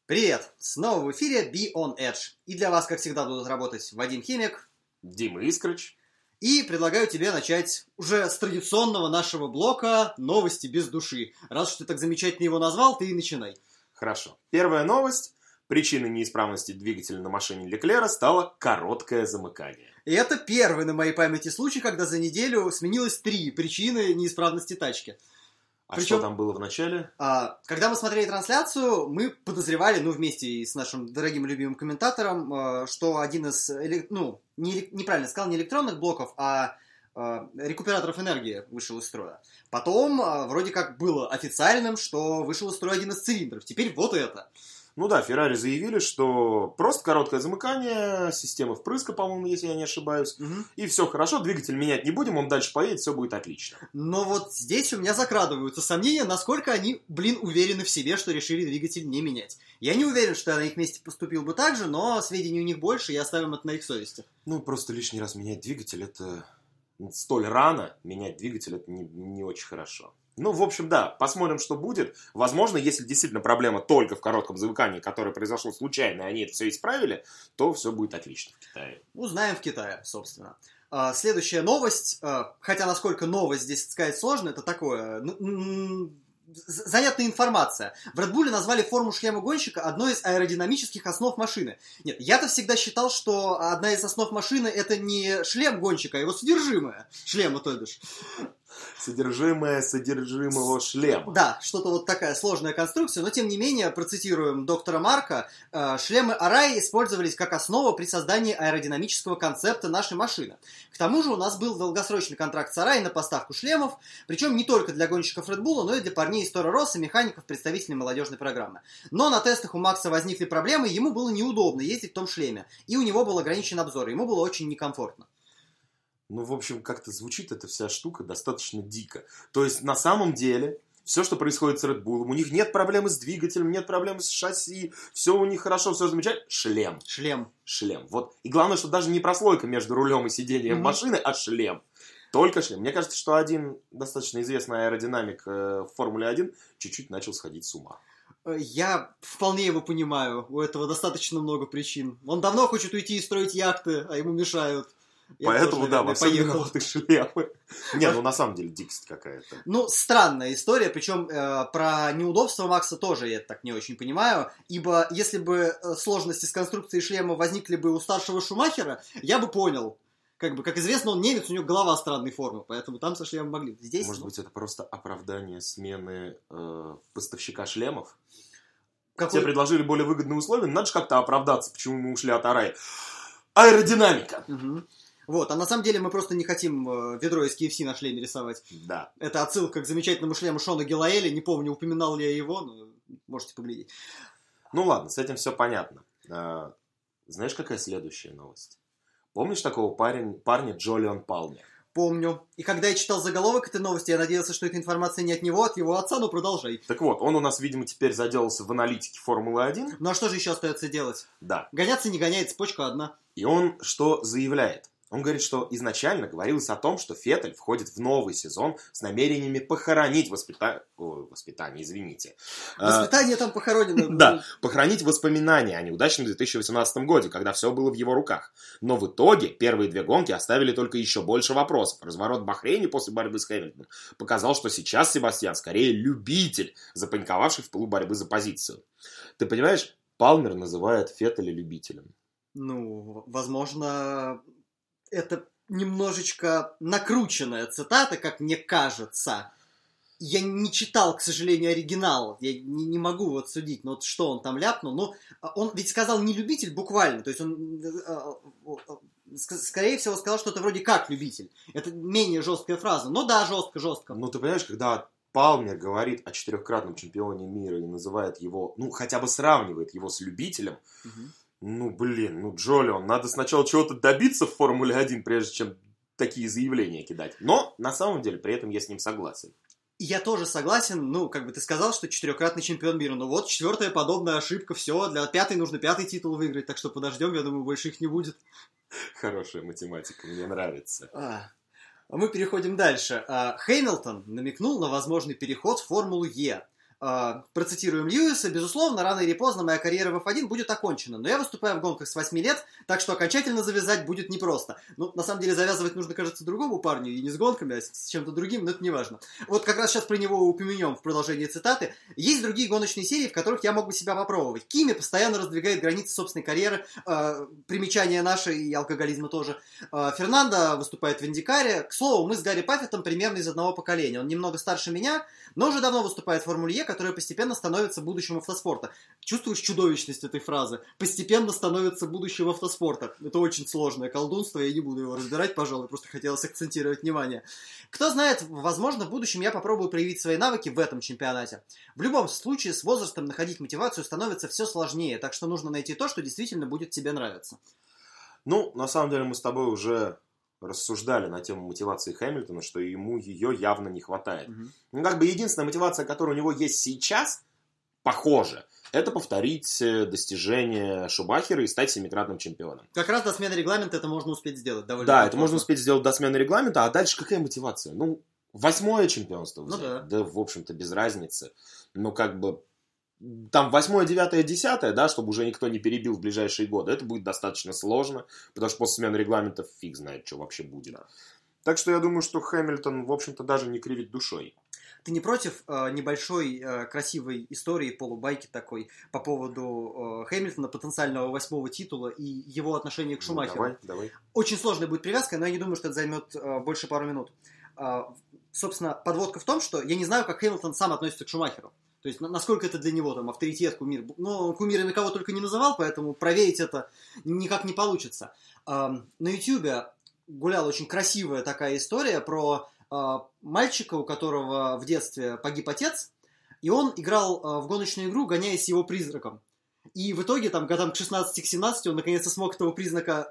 Привет! Снова в эфире Be On Edge. И для вас, как всегда, будут работать Вадим Химик, Дима Искрыч. И предлагаю тебе начать уже с традиционного нашего блока «Новости без души». Раз уж ты так замечательно его назвал, ты и начинай. Хорошо. Первая новость. Причиной неисправности двигателя на машине Леклера стало короткое замыкание. И это первый на моей памяти случай, когда за неделю сменилось 3 причины неисправности тачки. Что там было в начале? Когда мы смотрели трансляцию, мы подозревали, вместе с нашим дорогим любимым комментатором, что один из, неправильно сказал, не электронных блоков, а рекуператоров энергии вышел из строя. Потом вроде как было официальным, что вышел из строя один из цилиндров. Теперь вот это. Феррари заявили, что просто короткое замыкание, система впрыска, по-моему, если я не ошибаюсь, и все хорошо, двигатель менять не будем, он дальше поедет, все будет отлично. Но вот здесь у меня закрадываются сомнения, насколько они, уверены в себе, что решили двигатель не менять. Я не уверен, что я на их месте поступил бы так же, но сведений у них больше, и оставим это на их совести. Просто лишний раз менять двигатель, это столь рано менять двигатель, это не очень хорошо. В общем, да, посмотрим, что будет. Возможно, если действительно проблема только в коротком замыкании, которое произошло случайно, и они это все исправили, то все будет отлично в Китае. Узнаем в Китае, собственно. Следующая новость, хотя насколько новость здесь сказать сложно, это такое... занятная информация. В Red Bull назвали форму шлема гонщика одной из аэродинамических основ машины. Нет, я-то всегда считал, что одна из основ машины это не шлем гонщика, а его содержимое. Шлема, то бишь. Содержимое содержимого шлема. Да, что-то вот такая сложная конструкция, но тем не менее, процитируем доктора Марка, шлемы Arai использовались как основа при создании аэродинамического концепта нашей машины. К тому же у нас был долгосрочный контракт с Arai на поставку шлемов, причем не только для гонщиков Red Bull, но и для парней из Торо Россо, механиков, представителей молодежной программы. Но на тестах у Макса возникли проблемы, ему было неудобно ездить в том шлеме, и у него был ограничен обзор, ему было очень некомфортно. В общем, как-то звучит эта вся штука достаточно дико. То есть, на самом деле, все, что происходит с Red Bull, у них нет проблемы с двигателем, нет проблем с шасси, все у них хорошо, все замечательно. Шлем. Вот. И главное, что даже не прослойка между рулем и сиденьем машины, а шлем. Только шлем. Мне кажется, что один достаточно известный аэродинамик в Формуле 1 чуть-чуть начал сходить с ума. Я вполне его понимаю. У этого достаточно много причин. Он давно хочет уйти и строить яхты, а ему мешают. Поэтому, да, во всем виноваты шлемы. На самом деле, дикость какая-то. Странная история, причем про неудобства Макса тоже я так не очень понимаю, ибо если бы сложности с конструкцией шлема возникли бы у старшего Шумахера, я бы понял. Как известно, он немец, у него голова странной формы, поэтому там со шлемом могли. Здесь, может быть, это просто оправдание смены поставщика шлемов? Тебе предложили более выгодные условия, надо же как-то оправдаться, почему мы ушли от Arai. Аэродинамика! Вот, а на самом деле мы просто не хотим ведро из KFC на шлеме рисовать. Да. Это отсылка к замечательному шлему Шона Гилаэля. Не помню, упоминал ли я его, но можете поглядеть. Ладно, с этим все понятно. Знаешь, какая следующая новость? Помнишь такого парня Джолиан Палмер? Помню. И когда я читал заголовок этой новости, я надеялся, что эта информация не от него, а от его отца, но продолжай. Так вот, он у нас, видимо, теперь заделался в аналитике Формулы-1. Ну а что же еще остается делать? Да. Гоняться не гоняет, цепочка одна. И он что заявляет? Он говорит, что изначально говорилось о том, что Феттель входит в новый сезон с намерениями похоронить воспитание, извините. Воспитание там похоронено. Да, похоронить воспоминания о неудачном 2018 году, когда все было в его руках. Но в итоге первые 2 гонки оставили только еще больше вопросов. Разворот в Бахрейне после борьбы с Хэмилтоном показал, что сейчас Себастьян скорее любитель, запаниковавший в пылу борьбы за позицию. Ты понимаешь, Палмер называет Феттеля любителем. Возможно... Это немножечко накрученная цитата, как мне кажется. Я не читал, к сожалению, оригинал. Я не могу судить, что он там ляпнул. Он ведь сказал не любитель буквально. То есть он, скорее всего, сказал что-то вроде как любитель. Это менее жесткая фраза. Да, жестко. Ты понимаешь, когда Палмер говорит о 4-кратном чемпионе мира и называет его, хотя бы сравнивает его с любителем, Джолиан, надо сначала чего-то добиться в Формуле 1, прежде чем такие заявления кидать. Но, на самом деле, при этом я с ним согласен. Я тоже согласен. Ты сказал, что 4-кратный чемпион мира. 4-я подобная ошибка. Все, для 5-й нужно 5-й титул выиграть. Так что подождем, я думаю, больше их не будет. Хорошая математика, мне нравится. Мы переходим дальше. Хэмилтон намекнул на возможный переход в Формулу Е. Процитируем Льюиса: «Безусловно, рано или поздно моя карьера в F1 будет окончена, но я выступаю в гонках с 8 лет, так что окончательно завязать будет непросто». Ну, на самом деле, завязывать нужно, кажется, другому парню, и не с гонками, а с чем-то другим, но это не важно. Вот как раз сейчас про него упомянем в продолжении цитаты. «Есть другие гоночные серии, в которых я мог бы себя попробовать. Кими постоянно раздвигает границы собственной карьеры, примечания наши и алкоголизма тоже. Фернандо выступает в Индикаре. К слову, мы с Гарри Паффетом примерно из одного поколения. Он немного старше меня, но уже давно выступает в Формуле Е, которая постепенно становится будущим автоспорта». Чувствуешь чудовищность этой фразы? Постепенно становится будущим автоспорта. Это очень сложное колдунство, я не буду его разбирать, пожалуй, просто хотелось акцентировать внимание. Кто знает, возможно, в будущем я попробую проявить свои навыки в этом чемпионате. В любом случае, с возрастом находить мотивацию становится все сложнее, так что нужно найти то, что действительно будет тебе нравиться. Ну, на самом деле, мы с тобой уже рассуждали на тему мотивации Хэмилтона, что ему ее явно не хватает. Ну, как бы единственная мотивация, которая у него есть сейчас, похоже, это повторить достижение Шумахера и стать семикратным чемпионом. Как раз до смены регламента это можно успеть сделать. Да, это можно успеть сделать до смены регламента, а дальше какая мотивация? Ну, 8-е чемпионство взять. Ну, да, в общем-то, без разницы. Но как бы там 8-е, 9-е, 10-е, да, чтобы уже никто не перебил в ближайшие годы, это будет достаточно сложно, потому что после смены регламента фиг знает, что вообще будет. Да. Так что я думаю, что Хэмилтон, в общем-то, даже не кривит душой. Ты не против небольшой красивой истории, полубайки такой, по поводу Хэмилтона, потенциального 8-го титула и его отношения к Шумахеру? Давай. Очень сложная будет привязка, но я не думаю, что это займет больше пару минут. Собственно, подводка в том, что я не знаю, как Хэмилтон сам относится к Шумахеру. То есть, насколько это для него там авторитет, кумир. Но кумирами кого только не называл, поэтому проверить это никак не получится. На Ютьюбе гуляла очень красивая такая история про мальчика, у которого в детстве погиб отец, и он играл в гоночную игру, гоняясь его призраком. И в итоге, там, годам к 16-17 он наконец-то смог этого призрака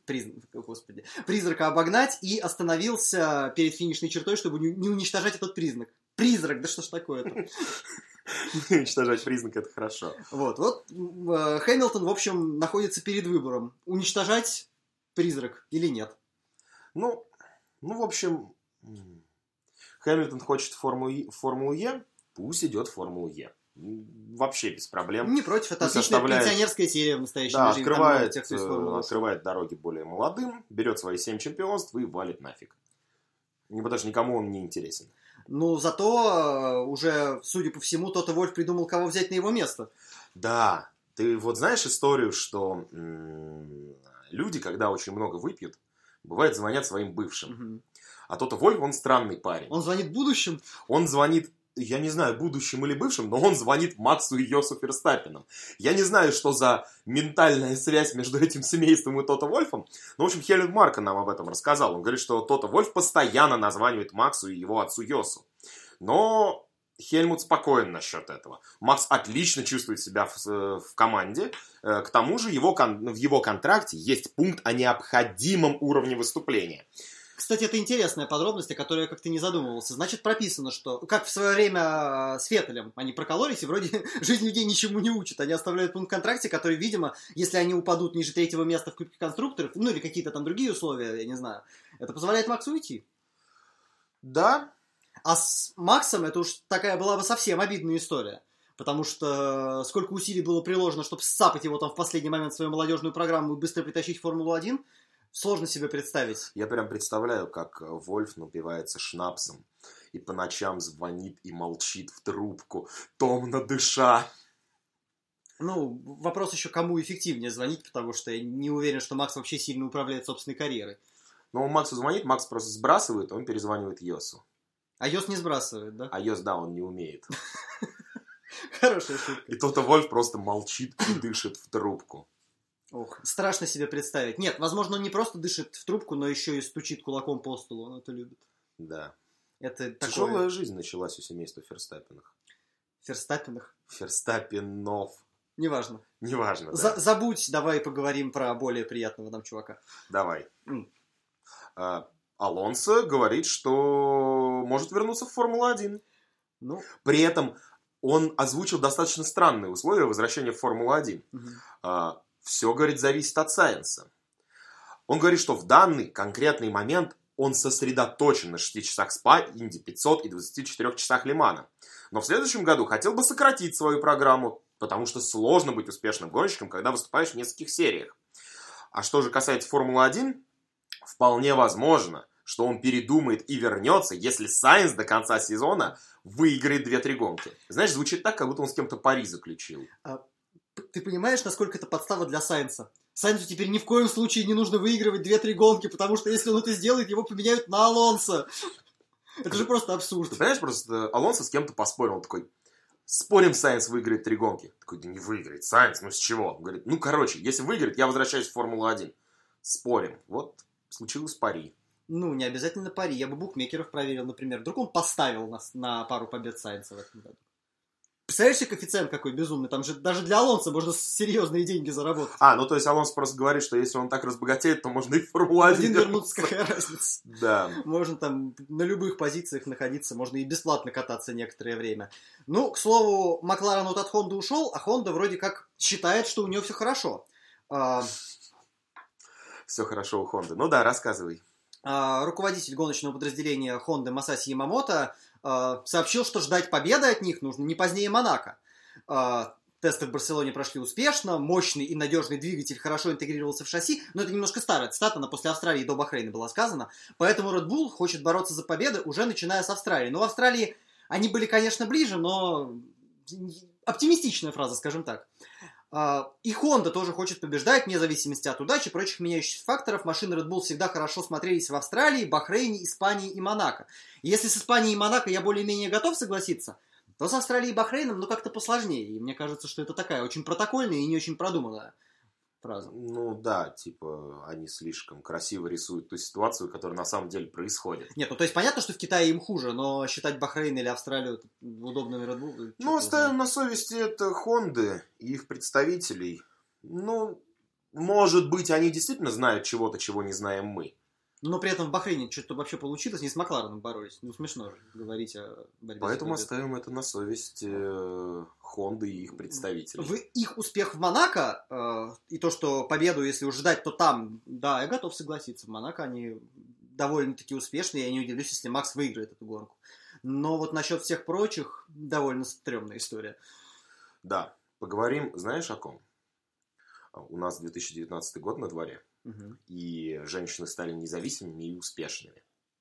обогнать и остановился перед финишной чертой, чтобы не уничтожать этот призрак. Призрак, да что ж такое-то? Уничтожать признак — это хорошо. Вот Хэмилтон, в общем, находится перед выбором: уничтожать призрак или нет. Ну, в общем, Хэмилтон хочет Формулу Е, пусть идет в Формулу Е. Вообще без проблем. Не против, это отличная пенсионерская серия в настоящем режиме. Да, открывает дороги более молодым, берет свои 7 чемпионств и валит нафиг. Потому что никому он не интересен. Ну, зато уже, судя по всему, Тото Вольф придумал, кого взять на его место. Да, ты вот знаешь историю, что люди, когда очень много выпьют, бывает, звонят своим бывшим. Угу. А Тото Вольф, он странный парень. Он звонит будущим? Он звонит, я не знаю, будущим или бывшим, но он звонит Максу и Йосу Ферстаппеном. Я не знаю, что за ментальная связь между этим семейством и Тото Вольфом, но, в общем, Хельмут Марко нам об этом рассказал. Он говорит, что Тото Вольф постоянно названивает Максу и его отцу Йосу. Но Хельмут спокоен насчет этого. Макс отлично чувствует себя в команде. К тому же в его контракте есть пункт о необходимом уровне выступления. Кстати, это интересная подробность, о которой я как-то не задумывался. Значит, прописано, что, как в свое время с Феттелем, они прокололись, и вроде жизнь людей ничему не учит. Они оставляют пункт в контракте, который, видимо, если они упадут ниже 3-го места в Кубке конструкторов, ну или какие-то там другие условия, я не знаю, это позволяет Максу уйти. Да. А с Максом это уж такая была бы совсем обидная история. Потому что сколько усилий было приложено, чтобы сцапать его там в последний момент в свою молодежную программу и быстро притащить в Формулу-1, сложно себе представить. Я прям представляю, как Вольф напивается шнапсом и по ночам звонит и молчит в трубку, томно дыша. Ну, вопрос еще, кому эффективнее звонить, потому что я не уверен, что Макс вообще сильно управляет собственной карьерой. Но он Максу звонит, Макс просто сбрасывает, он перезванивает Йосу. А Йос не сбрасывает, да? А Йос, да, он не умеет. Хорошая шутка. И Тото Вольф просто молчит и дышит в трубку. Ох, страшно себе представить. Нет, возможно, он не просто дышит в трубку, но еще и стучит кулаком по столу. Он это любит. Да. Это тяжелая такое... жизнь началась у семейства Ферстаппенах. Ферстаппенов. Неважно. Неважно, да. Забудь, давай поговорим про более приятного нам чувака. Давай. Алонсо говорит, что может вернуться в Формулу-1. Ну. При этом он озвучил достаточно странные условия возвращения в Формулу-1. Угу. Все, говорит, зависит от Сайенса. Он говорит, что в данный конкретный момент он сосредоточен на 6 часах СПА, Инди 500 и 24 часах Лимана. Но в следующем году хотел бы сократить свою программу, потому что сложно быть успешным гонщиком, когда выступаешь в нескольких сериях. А что же касается Формулы-1, вполне возможно, что он передумает и вернется, если Сайнс до конца сезона выиграет 2-3 гонки. Знаешь, звучит так, как будто он с кем-то пари заключил. Ты понимаешь, насколько это подстава для Сайнса? Сайнсу теперь ни в коем случае не нужно выигрывать 2-3 гонки, потому что если он это сделает, его поменяют на Алонсо. Это же просто абсурд. Ты понимаешь, просто Алонсо с кем-то поспорил. Он такой, спорим, Сайнс выиграет 3 гонки. Такой, да не выиграет. Сайнс, ну с чего? Он говорит, ну короче, если выиграет, я возвращаюсь в Формулу-1. Спорим. Вот случилось пари. Ну, не обязательно пари. Я бы букмекеров проверил, например. Вдруг он поставил нас на пару побед Сайнса в этом году. Представляешь себе коэффициент какой безумный? Там же даже для Алонсо можно серьезные деньги заработать. Ну то есть Алонсо просто говорит, что если он так разбогатеет, то можно и в Формулу-1 вернуться, какая разница. Да. Можно там на любых позициях находиться, можно и бесплатно кататься некоторое время. Ну, к слову, Макларен вот от Хонды ушел, а Хонда вроде как считает, что у нее все хорошо. Все хорошо у Хонды. Ну да, рассказывай. Руководитель гоночного подразделения Хонды Масаси Ямамото сообщил, что ждать победы от них нужно не позднее Монако. Тесты в Барселоне прошли успешно, мощный и надежный двигатель хорошо интегрировался в шасси, но это немножко старая цитата, она после Австралии до Бахрейна была сказана, поэтому Red Bull хочет бороться за победы уже начиная с Австралии. Но в Австралии они были, конечно, ближе, но оптимистичная фраза, скажем так. И Honda тоже хочет побеждать, вне зависимости от удачи и прочих меняющихся факторов. Машины Red Bull всегда хорошо смотрелись в Австралии, Бахрейне, Испании и Монако. И если с Испанией и Монако я более-менее готов согласиться, то с Австралией и Бахрейном, ну, как-то посложнее. И мне кажется, что это такая очень протокольная и не очень продуманная фраза. Ну да, типа, они слишком красиво рисуют ту ситуацию, которая на самом деле происходит. Нет, ну то есть понятно, что в Китае им хуже, но считать Бахрейн или Австралию удобными Red Bull... Ну, оставим на совести это Хонды и их представителей. Ну, может быть, они действительно знают чего-то, чего не знаем мы. Но при этом в Бахрейне что-то вообще получилось, не с Маклареном боролись. Ну, смешно же говорить о борьбе. Поэтому оставим это на совесть Хонды и их представителей. Их успех в Монако и то, что победу, если уж ждать, то там, да, я готов согласиться. В Монако они довольно-таки успешные, я не удивлюсь, если Макс выиграет эту гонку. Но вот насчет всех прочих, довольно стрёмная история. Да, поговорим, знаешь, о ком? У нас 2019 год на дворе. Угу. И женщины стали независимыми и успешными.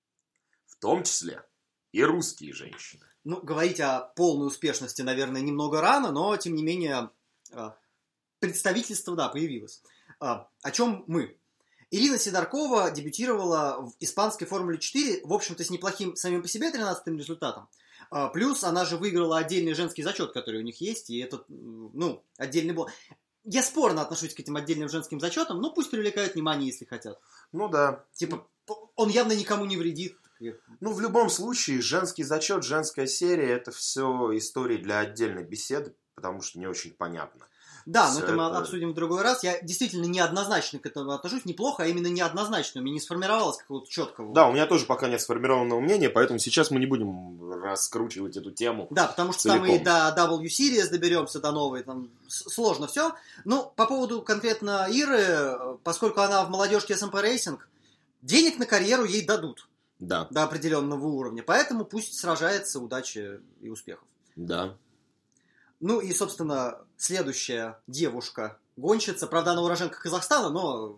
В том числе и русские женщины. Ну, говорить о полной успешности, наверное, немного рано, но, тем не менее, представительство, да, появилось. О чем мы? Ирина Сидоркова дебютировала в испанской Формуле 4, в общем-то, с неплохим самим по себе 13-м результатом. Плюс она же выиграла отдельный женский зачет, который у них есть, и это, ну, отдельный был... Я спорно отношусь к этим отдельным женским зачетам, но пусть привлекают внимание, если хотят. Ну да. Типа, он явно никому не вредит. Ну, в любом случае, женский зачет, женская серия, это все истории для отдельной беседы, потому что не очень понятно. Да, но это мы обсудим в другой раз. Я действительно неоднозначно к этому отношусь. Неплохо, а именно неоднозначно. У меня не сформировалось какого-то четкого... Да, у меня тоже пока нет сформированного мнения, поэтому сейчас мы не будем раскручивать эту тему. Да, потому что целиком. Там и до W-Series доберемся, до новой, там сложно все. Ну, по поводу конкретно Иры, поскольку она в молодежке SMP Racing, денег на карьеру ей дадут. Да. До определенного уровня. Поэтому пусть сражается, удачи и успехов. Да. Ну и, собственно, следующая девушка-гонщица. Правда, она уроженка Казахстана, но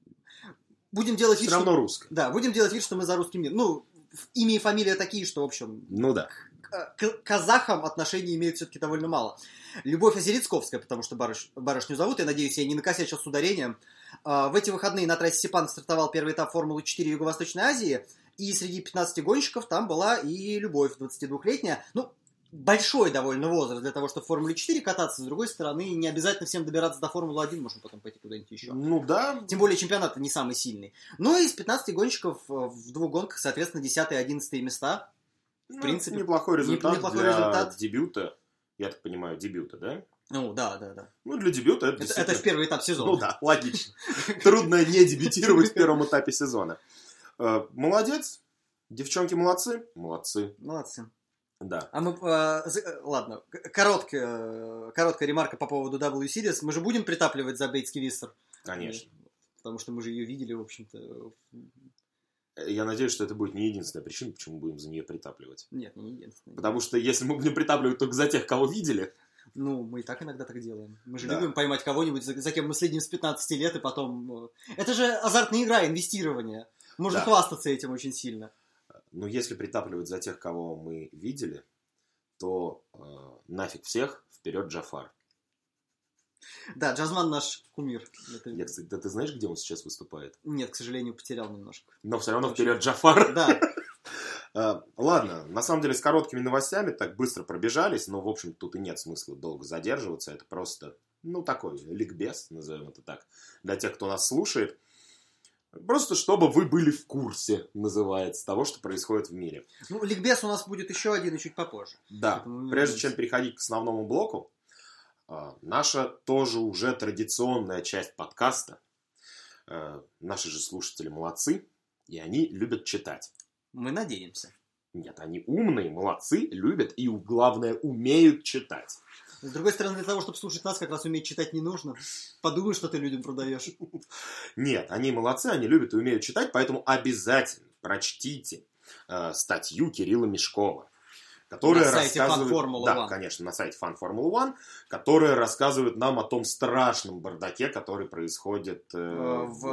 будем делать вид, все равно что... русская. Да, будем делать вид, что мы за русский мир. Ну, имя и фамилия такие, что, в общем... Ну да. К казахам отношения имеют все-таки довольно мало. Любовь Озерецковская, потому что барышню зовут. Я надеюсь, я не накосячил с ударением. В эти выходные на трассе Сепан стартовал первый этап Формулы 4 Юго-Восточной Азии. И среди 15 гонщиков там была и Любовь, 22-летняя. Ну, большой довольно возраст для того, чтобы в Формуле 4 кататься. С другой стороны, не обязательно всем добираться до Формулы 1, можно потом пойти куда-нибудь еще. Ну да. Тем более чемпионат не самый сильный. Ну и из 15 гонщиков в двух гонках, соответственно, 10 и 11 места. В принципе, неплохой результат неплохой для результат. Дебюта. Я так понимаю, дебюта, да? Ну, да. Ну, для дебюта это действительно... Это в первый этап сезона. Ну да, логично. Трудно не дебютировать в первом этапе сезона. Молодец. Девчонки молодцы. Молодцы. Да. А мы, ладно, короткая ремарка по поводу W-Series. Мы же будем притапливать за Бейтский Виссер? Конечно. Потому что мы же ее видели, в общем-то, Я надеюсь, что это будет не единственная причина, почему мы будем за нее притапливать. Нет, не единственная. Потому что если мы будем притапливать только за тех, кого видели... Ну, мы и так иногда так делаем. Мы же Да. любим поймать кого-нибудь, за кем мы следим с 15 лет, и потом... Это же азартная игра, инвестирование. Можно Да. хвастаться этим очень сильно. Но если притапливать за тех, кого мы видели, то нафиг всех, вперед Джафар. Да, Джазман наш кумир. Это- Я, кстати, да ты знаешь, где он сейчас выступает? Нет, к сожалению, потерял немножко. Но все равно Точно. вперед Джафар. Да, Ладно, на самом деле с короткими новостями так быстро пробежались, но, в общем, тут и нет смысла долго задерживаться. Это просто, ну, такой ликбез, назовем это так, для тех, кто нас слушает. Просто чтобы вы были в курсе, называется, того, что происходит в мире. ну, ликбез у нас будет еще один и чуть попозже. Да, Поэтому мы прежде вернемся. чем переходить к основному блоку, наша тоже уже традиционная часть подкаста. Наши же слушатели молодцы, и они любят читать. Мы надеемся. Нет, они умные, молодцы, любят и, главное, умеют читать. С другой стороны, для того, чтобы слушать нас, как раз уметь читать не нужно. Подумай, что ты людям продаешь. Нет, они молодцы, они любят и умеют читать, поэтому обязательно прочтите статью Кирилла Мешкова, которая На сайте рассказывает... FunFormula Да, One. конечно, на сайте Fun Formula One, которая рассказывает нам о том страшном бардаке, который происходит В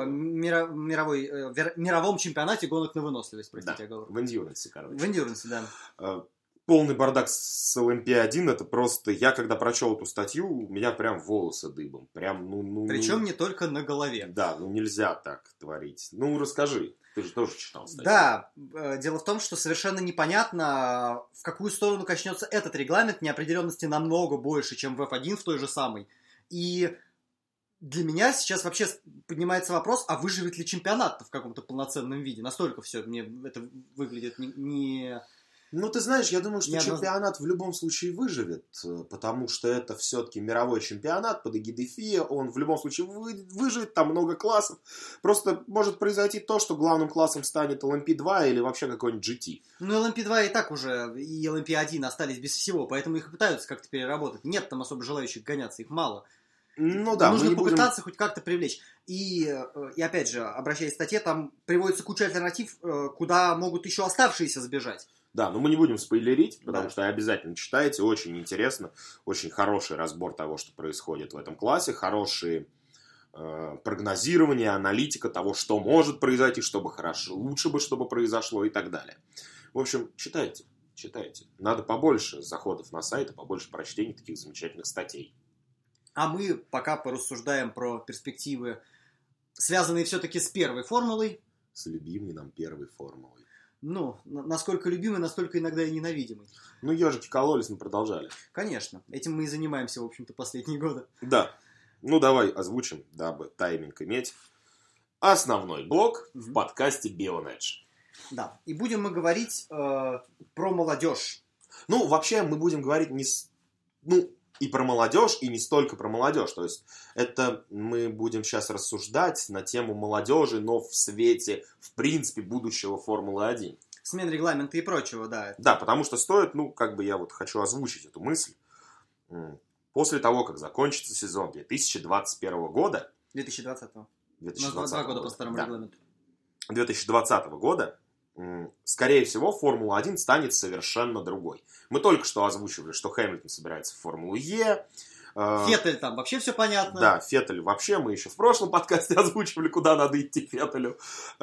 мировом чемпионате гонок на выносливость, простите, да, я говорю. в эндюрансе, короче. В эндюрансе, да. Полный бардак с LMP1, это просто... Я, когда прочел эту статью, у меня прям волосы дыбом. Прям, Причем не только на голове. Да, нельзя так творить. Ну, расскажи. Ты же тоже читал статью. Да, дело в том, что совершенно непонятно, в какую сторону качнется этот регламент. Неопределенности намного больше, чем в F1 в той же самой. И для меня сейчас вообще поднимается вопрос, а выживет ли чемпионат в каком-то полноценном виде? Настолько все мне это выглядит не... Ну, ты знаешь, я думаю, что Не одно- чемпионат в любом случае выживет, потому что это все-таки мировой чемпионат под эгидой ФИА, он в любом случае выживет, там много классов. Просто может произойти то, что главным классом станет LMP2 или вообще какой-нибудь GT. Ну, LMP2 и так уже, и LMP1 остались без всего, поэтому их и пытаются как-то переработать. Нет там особо желающих гоняться, их мало. Ну да, Нужно мы не будем... попытаться хоть как-то привлечь. И опять же, обращаясь к статье, там приводится куча альтернатив, куда могут еще оставшиеся сбежать. Да, но мы не будем спойлерить, потому Да. что обязательно читайте, очень интересно, очень хороший разбор того, что происходит в этом классе, хорошие прогнозирования, аналитика того, что может произойти, чтобы хорошо, лучше бы, чтобы произошло и так далее. В общем, читайте. Надо побольше заходов на сайт, побольше прочтений таких замечательных статей. А мы пока порассуждаем про перспективы, связанные все-таки с первой формулой. С любимой нам первой формулой. Ну, насколько любимый, настолько иногда и ненавидимый. Ну, ежики кололись, мы продолжали. Конечно, этим мы и занимаемся, в общем-то, последние годы. Да. Ну, давай озвучим, дабы тайминг иметь. Основной блок в подкасте Bionedge. Да, и будем мы говорить про молодежь. Ну, вообще, мы будем говорить и про молодежь, и не столько про молодежь. То есть, это мы будем сейчас рассуждать на тему молодежи, но в свете, в принципе, будущего Формулы-1. Смен регламента и прочего, да. Да, потому что стоит, я вот хочу озвучить эту мысль. После того, как закончится сезон 2021 года... 2020-го. 2020 У нас 2 года по старому регламенту. 2020 года, скорее всего, Формула-1 станет совершенно другой. Мы только что озвучивали, что Хэмилтон собирается в Формулу Е. Феттель там вообще все понятно. Да, Феттель вообще, мы еще в прошлом подкасте озвучивали, куда надо идти Феттелю.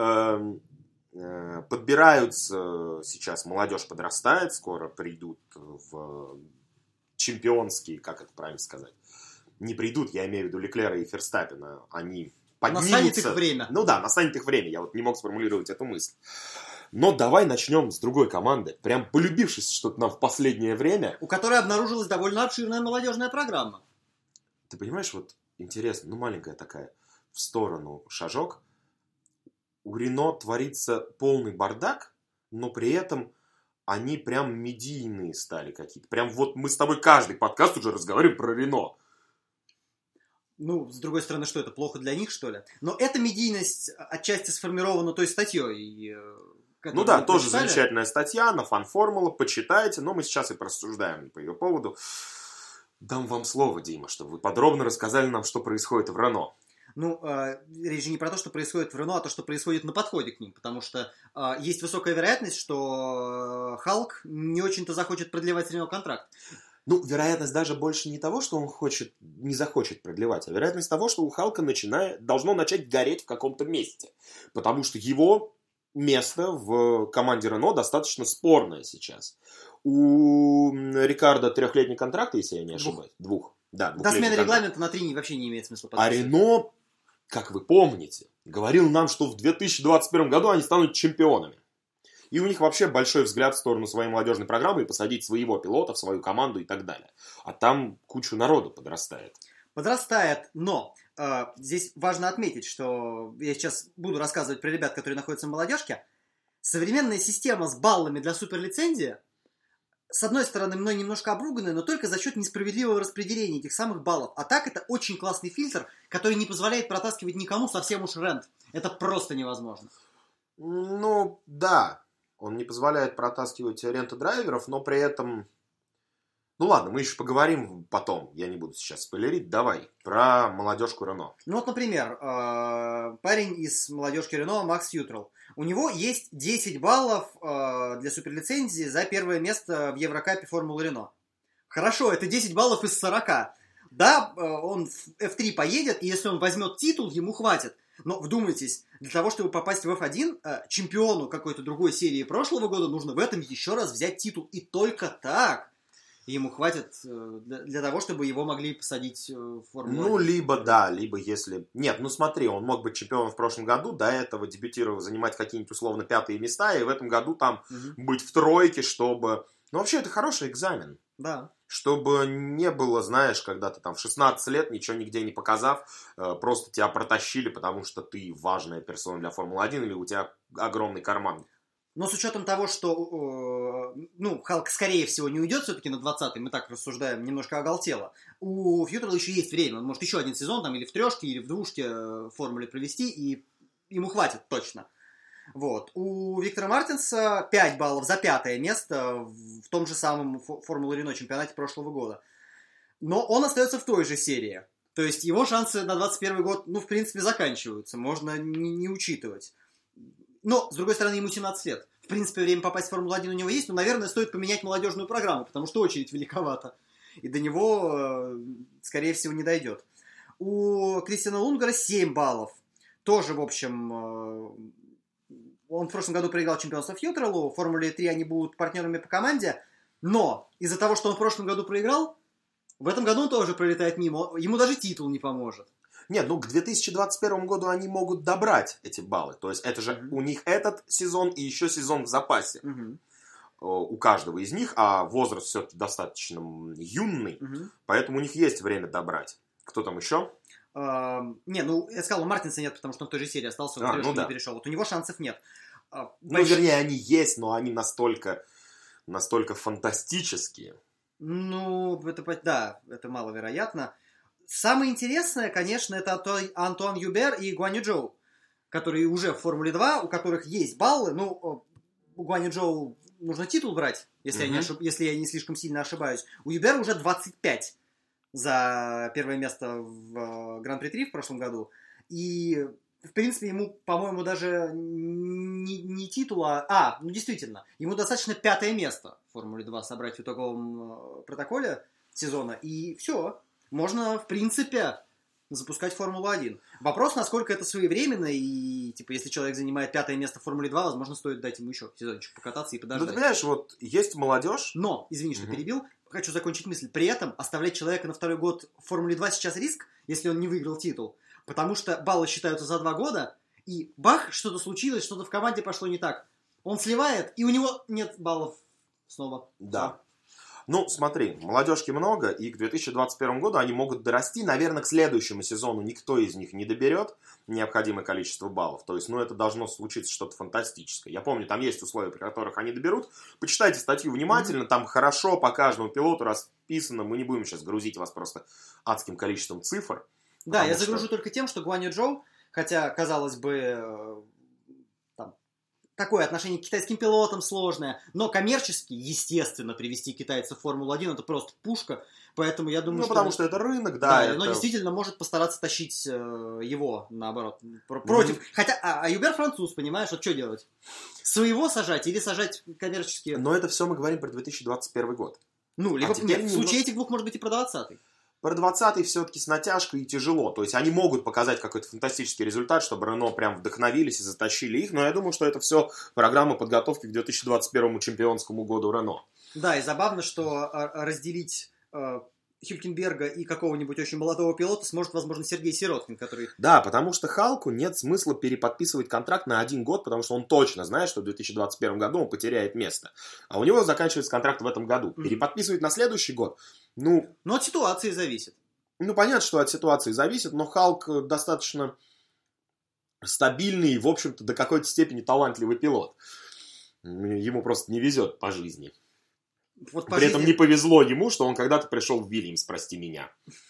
Подбираются сейчас, молодежь подрастает, скоро придут в чемпионские, как это правильно сказать, не придут, я имею в виду Леклера и Ферстаппена, они поднимутся. Настанет их время. Ну да, настанет их время, я вот не мог сформулировать эту мысль. Но давай начнем с другой команды, прям полюбившись что-то нам в последнее время. У которой обнаружилась довольно обширная молодежная программа. Ты понимаешь, вот интересно, маленькая такая в сторону шажок. У Рено творится полный бардак, но при этом они прям медийные стали какие-то. Прям вот мы с тобой каждый подкаст уже разговариваем про Рено. Ну, с другой стороны, что это, плохо для них, что ли? Но эта медийность отчасти сформирована той статьей. Ну да, тоже замечательная статья на Фан-Формула, почитайте, но мы сейчас и порассуждаем по ее поводу. Дам вам слово, Дима, чтобы вы подробно рассказали нам, что происходит в Рено. Ну, речь же не про то, что происходит в Рено, а то, что происходит на подходе к ним, потому что есть высокая вероятность, что Халк не очень-то захочет продлевать с Рено контракт. Ну, вероятность даже больше не того, что он не захочет продлевать, а вероятность того, что у Халка должно начать гореть в каком-то месте. Потому что его место в команде Рено достаточно спорное сейчас. У Рикардо 3-летний контракт, если я не ошибаюсь. Двух. Да, до смены регламента на 3 вообще не имеет смысла подписывать. А Рено, как вы помните, говорил нам, что в 2021 году они станут чемпионами. И у них вообще большой взгляд в сторону своей молодежной программы и посадить своего пилота в свою команду и так далее. А там кучу народу подрастает. Подрастает, но здесь важно отметить, что я сейчас буду рассказывать про ребят, которые находятся в молодежке. Современная система с баллами для суперлицензии, с одной стороны, мной немножко обруганная, но только за счет несправедливого распределения этих самых баллов. А так это очень классный фильтр, который не позволяет протаскивать никому совсем уж рент. Это просто невозможно. Ну, да. Он не позволяет протаскивать ренты-драйверов, но при этом... Ну ладно, мы еще поговорим потом. Я не буду сейчас спойлерить. Давай, про молодежку Рено. Ну вот, например, парень из молодежки Рено, Макс Ютрал. У него есть 10 баллов для суперлицензии за первое место в Еврокапе Формулы Рено. Хорошо, это 10 баллов из 40. Да, он в F3 поедет, и если он возьмет титул, ему хватит. Но вдумайтесь, для того, чтобы попасть в F1, чемпиону какой-то другой серии прошлого года нужно в этом еще раз взять титул. И только так ему хватит для того, чтобы его могли посадить в Формулу 1. Ну, либо да, либо если... Нет, ну смотри, он мог быть чемпионом в прошлом году, до этого дебютировал, занимать какие-нибудь условно 5-е места, и в этом году там быть в тройке, чтобы... Ну, вообще, это хороший экзамен. Да. Чтобы не было, знаешь, когда ты там в 16 лет, ничего нигде не показав, просто тебя протащили, потому что ты важная персона для Формулы-1, или у тебя огромный карман. Но с учетом того, что Халк, скорее всего, не уйдет все-таки на 20-й, мы так рассуждаем, немножко оголтело. У Фьютрала еще есть время, он может еще один сезон там или в 3-шке, или в 2-шке в формуле провести, и ему хватит точно. Вот. У Виктора Мартинса 5 баллов за 5-е место в том же самом Формуле Рено чемпионате прошлого года. Но он остается в той же серии. То есть его шансы на 21 год, в принципе, заканчиваются. Можно не учитывать. Но, с другой стороны, ему 17 лет. В принципе, время попасть в Формулу-1 у него есть, но, наверное, стоит поменять молодежную программу, потому что очередь великовата. И до него, скорее всего, не дойдет. У Кристиана Лунгара 7 баллов. Тоже, в общем, он в прошлом году проиграл чемпионство Фьютралу. В Формуле 3 они будут партнерами по команде. Но из-за того, что он в прошлом году проиграл, в этом году он тоже пролетает мимо. Ему даже титул не поможет. Нет, к 2021 году они могут добрать эти баллы. То есть это же у них этот сезон и еще сезон в запасе. У каждого из них, а возраст все-таки достаточно юный, поэтому у них есть время добрать. Кто там еще? Я сказал, у Мартинса нет, потому что он в той же серии остался, он не перешел. Вот у него шансов нет. Вернее, они есть, но они настолько фантастические. Это маловероятно. Самое интересное, конечно, это Антуан Юбер и Гуань Ю Чжоу, которые уже в Формуле 2, у которых есть баллы. У Гуань Ю Чжоу нужно титул брать, если я не слишком сильно ошибаюсь. У Юбера уже 25 за первое место в Гран-при 3 в прошлом году. И, в принципе, ему, по-моему, даже не титула... действительно, ему достаточно 5-е место в Формуле 2 собрать в итоговом протоколе сезона. И все. Можно, в принципе, запускать Формулу-1. Вопрос, насколько это своевременно, и, если человек занимает 5-е место в Формуле 2, возможно, стоит дать ему еще сезончик покататься и подождать. Ты понимаешь, есть молодежь... Но, извини, что перебил, хочу закончить мысль. При этом оставлять человека на 2-й год в Формуле 2 сейчас риск, если он не выиграл титул. Потому что баллы считаются за 2 года, и бах, что-то случилось, что-то в команде пошло не так. Он сливает, и у него нет баллов снова. Да. Смотри, молодежки много, и к 2021 году они могут дорасти. Наверное, к следующему сезону никто из них не доберет необходимое количество баллов. То есть, это должно случиться что-то фантастическое. Я помню, там есть условия, при которых они доберут. Почитайте статью внимательно, там хорошо по каждому пилоту расписано. Мы не будем сейчас грузить вас просто адским количеством цифр. Да, я загружу только тем, что Гуань Ю Чжоу, хотя, казалось бы, такое отношение к китайским пилотам сложное, но коммерчески, естественно, привести китайцев в Формулу-1 это просто пушка, поэтому я думаю, потому что это рынок, да. Но действительно может постараться тащить его, наоборот, против. Хотя, Юбер француз, понимаешь, вот что делать? Своего сажать или сажать коммерчески? Но это все мы говорим про 2021 год. Либо в случае этих двух, может быть, и про 20-й. Про 20-й все-таки с натяжкой и тяжело. То есть они могут показать какой-то фантастический результат, чтобы Рено прям вдохновились и затащили их. Но я думаю, что это все программа подготовки к 2021 чемпионскому году Рено. Да, и забавно, что разделить Хюлькенберга и какого-нибудь очень молодого пилота сможет, возможно, Сергей Сироткин, который... Да, потому что Халку нет смысла переподписывать контракт на 1 год, потому что он точно знает, что в 2021 году он потеряет место. А у него заканчивается контракт в этом году. Переподписывать на следующий год, Но от ситуации зависит. Понятно, что от ситуации зависит, но Халк достаточно стабильный и, в общем-то, до какой-то степени талантливый пилот. Ему просто не везет по жизни. При этом не повезло ему, что он когда-то пришел в Вильямс, прости меня.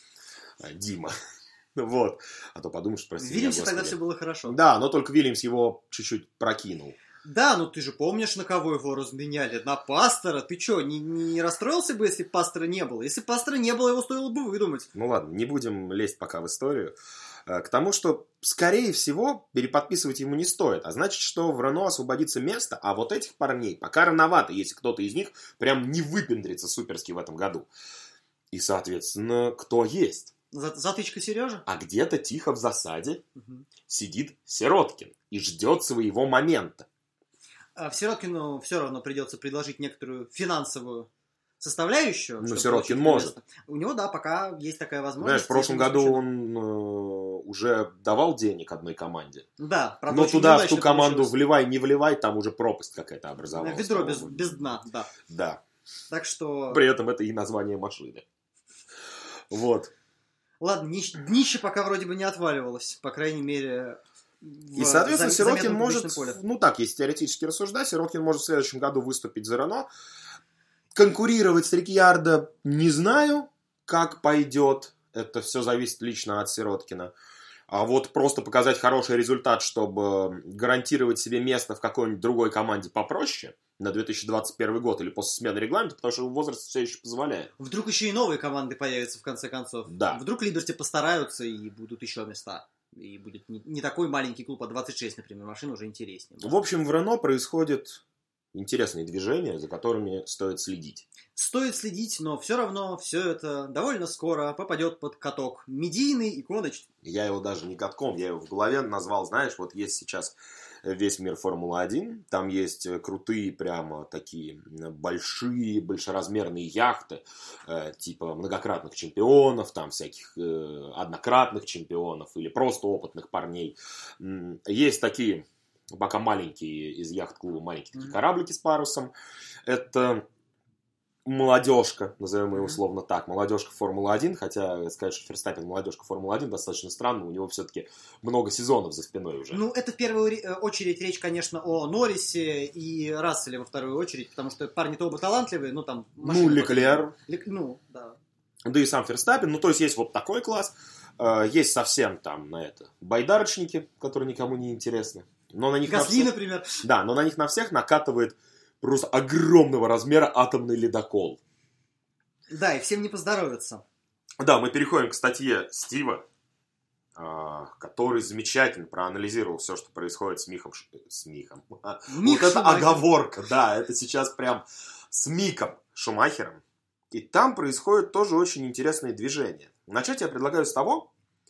Дима. Вот. А то подумаешь, прости меня, Вильямсе тогда все было хорошо. Да, но только Вильямс его чуть-чуть прокинул. Да, ты же помнишь, на кого его разменяли? На Пастора. Ты что, не расстроился бы, если Пастора не было? Если Пастора не было, его стоило бы выдумать. Ладно, не будем лезть пока в историю. К тому, что, скорее всего, переподписывать ему не стоит. А значит, что в Рено освободится место, а вот этих парней пока рановато, если кто-то из них прям не выпендрится суперски в этом году. И, соответственно, кто есть? Затычка Сережа? А где-то тихо в засаде сидит Сироткин и ждет своего момента. А в Сироткину все равно придется предложить некоторую финансовую составляющую. Ну, Сироткин может. У него, да, пока есть такая возможность. Знаешь, в прошлом году он уже давал денег одной команде. Да, правда, но туда, в ту команду получилось. Вливай, не вливай, там уже пропасть какая-то образовалась. Ведро без дна, да. Да. Так что... При этом это и название машины. Вот. Ладно, днище пока вроде бы не отваливалось, по крайней мере... И, соответственно, Сироткин может, если теоретически рассуждать, Сироткин может в следующем году выступить за Рено. Конкурировать с Рикьярдо не знаю, как пойдет. Это все зависит лично от Сироткина. А вот просто показать хороший результат, чтобы гарантировать себе место в какой-нибудь другой команде попроще на 2021 год или после смены регламента, потому что его возраст все еще позволяет. Вдруг еще и новые команды появятся в конце концов. Да. Вдруг Либерти постараются и будут еще места. И будет не такой маленький клуб, а 26, например, машин уже интереснее. В общем, в Рено происходит интересные движения, за которыми стоит следить. Стоит следить, но все равно все это довольно скоро попадет под каток медийный и гоночный. Я его даже не катком, я его в голове назвал, знаешь, вот есть сейчас весь мир Формулы-1, там есть крутые прямо такие большие, большеразмерные яхты, типа многократных чемпионов, там всяких однократных чемпионов или просто опытных парней. Есть такие... Пока маленькие из яхт-клуба, маленькие такие кораблики с парусом. Это молодежка, назовем ее условно так. Молодежка Формулы-1, хотя сказать, что Ферстаппен молодежка Формулы-1 достаточно странно. У него все-таки много сезонов за спиной уже. Это в первую очередь речь, конечно, о Норрисе и Расселе во вторую очередь, потому что парни-то оба талантливые, там... Леклер. Да. Да и сам Ферстаппен. То есть есть вот такой класс. Есть совсем там байдарочники, которые никому не интересны. Но на них Гасли, например. Да, но на них на всех накатывает просто огромного размера атомный ледокол. Да, и всем не поздоровится. Да, мы переходим к статье Стива, который замечательно проанализировал все, что происходит с Михом. Вот это оговорка, да, это сейчас прям с Миком Шумахером. И там происходит тоже очень интересные движения. Начать я предлагаю с того,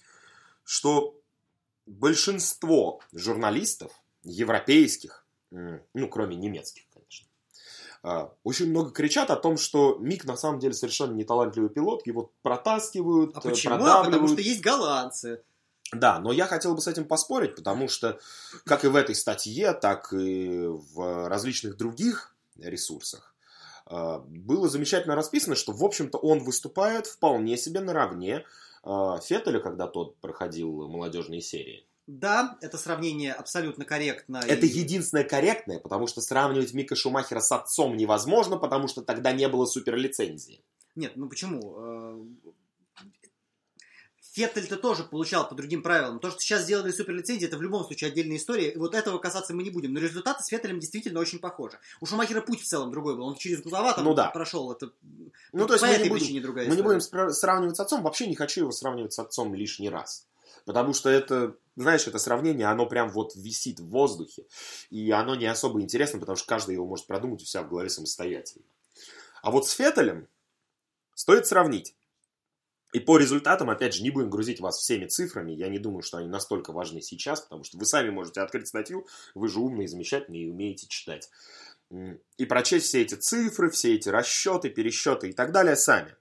что большинство журналистов европейских, кроме немецких, конечно, очень много кричат о том, что Мик на самом деле совершенно не талантливый пилот, его протаскивают, почему? Потому что есть голландцы. Да, но я хотел бы с этим поспорить, потому что как и в этой статье, так и в различных других ресурсах было замечательно расписано, что, в общем-то, он выступает вполне себе наравне Феттеля, когда тот проходил молодежные серии. Да, это сравнение абсолютно корректно. Это единственное корректное, потому что сравнивать Мика Шумахера с отцом невозможно, потому что тогда не было суперлицензии. Нет, почему? Феттель-то тоже получал по другим правилам. То, что сейчас сделали суперлицензии, это в любом случае отдельная история. И вот этого касаться мы не будем. Но результаты с Феттелем действительно очень похожи. У Шумахера путь в целом другой был. Он через Гузова там прошел. Это то есть по этой причине другая история. Мы не будем сравнивать с отцом. Вообще не хочу его сравнивать с отцом лишний раз. Потому что это, знаешь, это сравнение, оно прям вот висит в воздухе. И оно не особо интересно, потому что каждый его может продумать у себя в голове самостоятельно. А вот с Феттелем стоит сравнить. И по результатам, опять же, не будем грузить вас всеми цифрами. Я не думаю, что они настолько важны сейчас, потому что вы сами можете открыть статью, вы же умные, замечательные и умеете читать. И прочесть все эти цифры, все эти расчеты, пересчеты и так далее сами.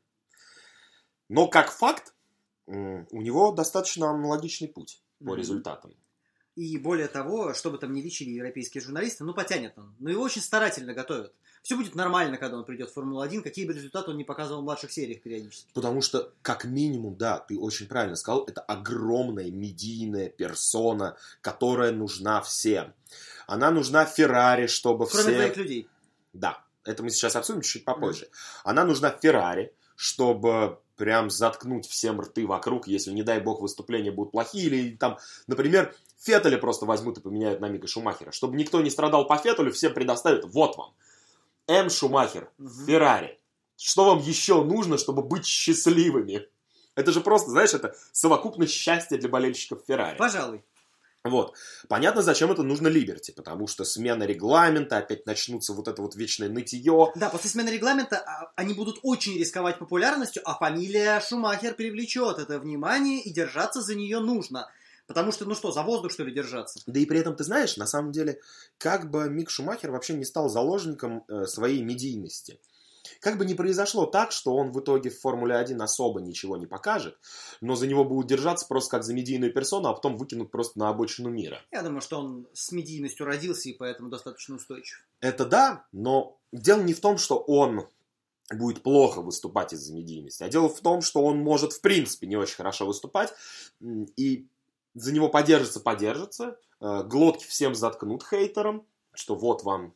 Но как факт, у него достаточно аналогичный путь по результатам. И более того, что бы там ни лечили европейские журналисты, потянет он. Но его очень старательно готовят. Все будет нормально, когда он придет в Формулу-1, какие бы результаты он ни показывал в младших сериях периодически. Потому что, как минимум, да, ты очень правильно сказал, это огромная медийная персона, которая нужна всем. Она нужна Феррари, чтобы Кроме твоих людей. Да, это мы сейчас обсудим чуть-чуть попозже. Она нужна Феррари, чтобы прям заткнуть всем рты вокруг, если, не дай бог, выступления будут плохие, или там, например, Феттеля просто возьмут и поменяют на Мика Шумахера. Чтобы никто не страдал по Феттелю, всем предоставят, вот вам. М. Шумахер, Феррари. Что вам еще нужно, чтобы быть счастливыми? Это же просто, знаешь, это совокупность счастья для болельщиков Феррари. Пожалуй. Вот. Понятно, зачем это нужно Либерти, потому что смена регламента, опять начнутся вот это вот вечное нытье. Да, после смены регламента они будут очень рисковать популярностью, а фамилия Шумахер привлечет это внимание, и держаться за нее нужно. Потому что, за воздух, что ли, держаться? Да и при этом, ты знаешь, на самом деле, как бы Мик Шумахер вообще не стал заложником своей медийности. Как бы ни произошло так, что он в итоге в Формуле-1 особо ничего не покажет, но за него будут держаться просто как за медийную персону, а потом выкинут просто на обочину мира. Я думаю, что он с медийностью родился и поэтому достаточно устойчив. Это да, но дело не в том, что он будет плохо выступать из-за медийности, а дело в том, что он может в принципе не очень хорошо выступать, и за него подержится, глотки всем заткнут хейтерам, что вот вам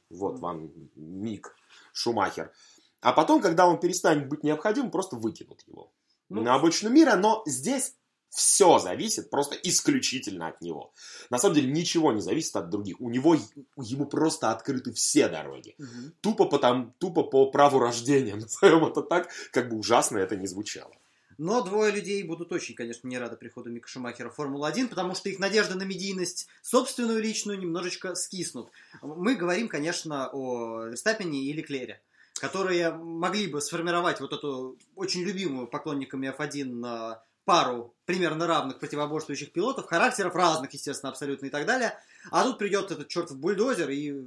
Мик Шумахер. А потом, когда он перестанет быть необходимым, просто выкинут его на обочину мира. Но здесь все зависит просто исключительно от него. На самом деле ничего не зависит от других. Ему просто открыты все дороги. Тупо по праву рождения, назовем это так, как бы ужасно это ни звучало. Но двое людей будут очень, конечно, не рады приходу Мика Шумахера в Формулу-1, потому что их надежды на медийность собственную личную немножечко скиснут. Мы говорим, конечно, о Верстаппене и Леклере, которые могли бы сформировать вот эту очень любимую поклонниками F1 пару примерно равных противоборствующих пилотов, характеров разных, естественно, абсолютно и так далее. А тут придет этот чертов бульдозер, и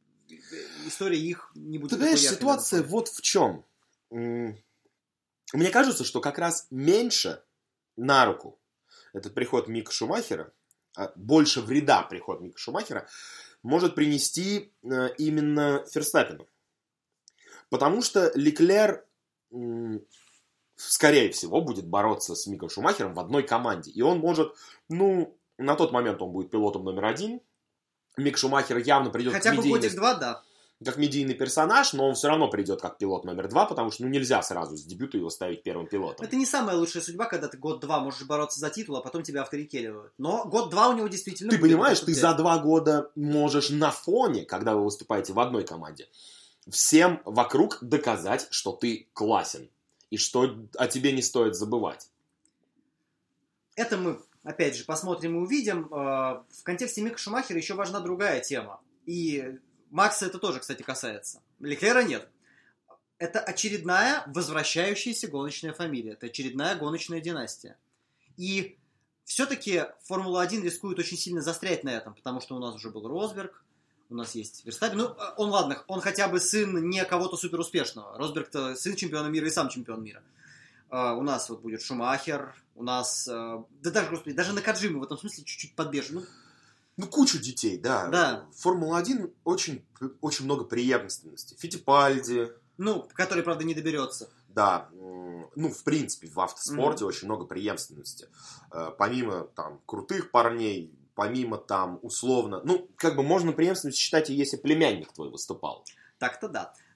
история их не будет... Ты знаешь, ситуация вот в чем. Мне кажется, что как раз меньше на руку этот приход Мика Шумахера, больше вреда приход Мика Шумахера, может принести именно Ферстаппену. Потому что Леклер, скорее всего, будет бороться с Миком Шумахером в одной команде. И он может, на тот момент он будет пилотом номер 1. Мик Шумахер явно придет хотя бы годик 2, да. Как медийный персонаж, но он все равно придет как пилот номер 2, потому что нельзя сразу с дебюта его ставить первым пилотом. Это не самая лучшая судьба, когда ты год-два можешь бороться за титул, а потом тебя авторикеливают. Но год-два у него действительно... Ты понимаешь, ты за 2 года можешь на фоне, когда вы выступаете в одной команде, всем вокруг доказать, что ты классен. И что о тебе не стоит забывать. Это мы, опять же, посмотрим и увидим. В контексте Мика Шумахера еще важна другая тема. И Макса это тоже, кстати, касается. Леклера нет. Это очередная возвращающаяся гоночная фамилия. Это очередная гоночная династия. И все-таки Формула-1 рискует очень сильно застрять на этом, потому что у нас уже был Росберг, у нас есть Верстаппен. Он хотя бы сын не кого-то суперуспешного. Росберг-то сын чемпиона мира и сам чемпион мира. У нас вот будет Шумахер, у нас... даже Накаджима в этом смысле чуть-чуть подбежит. Кучу детей, да. Да. Формула-1 очень, очень много преемственности. Фиттипальди. Который, правда, не доберется. Да. В принципе, в автоспорте очень много преемственности. Помимо там крутых парней, помимо там условно... можно преемственность считать, и если племянник твой выступал. Так-то да.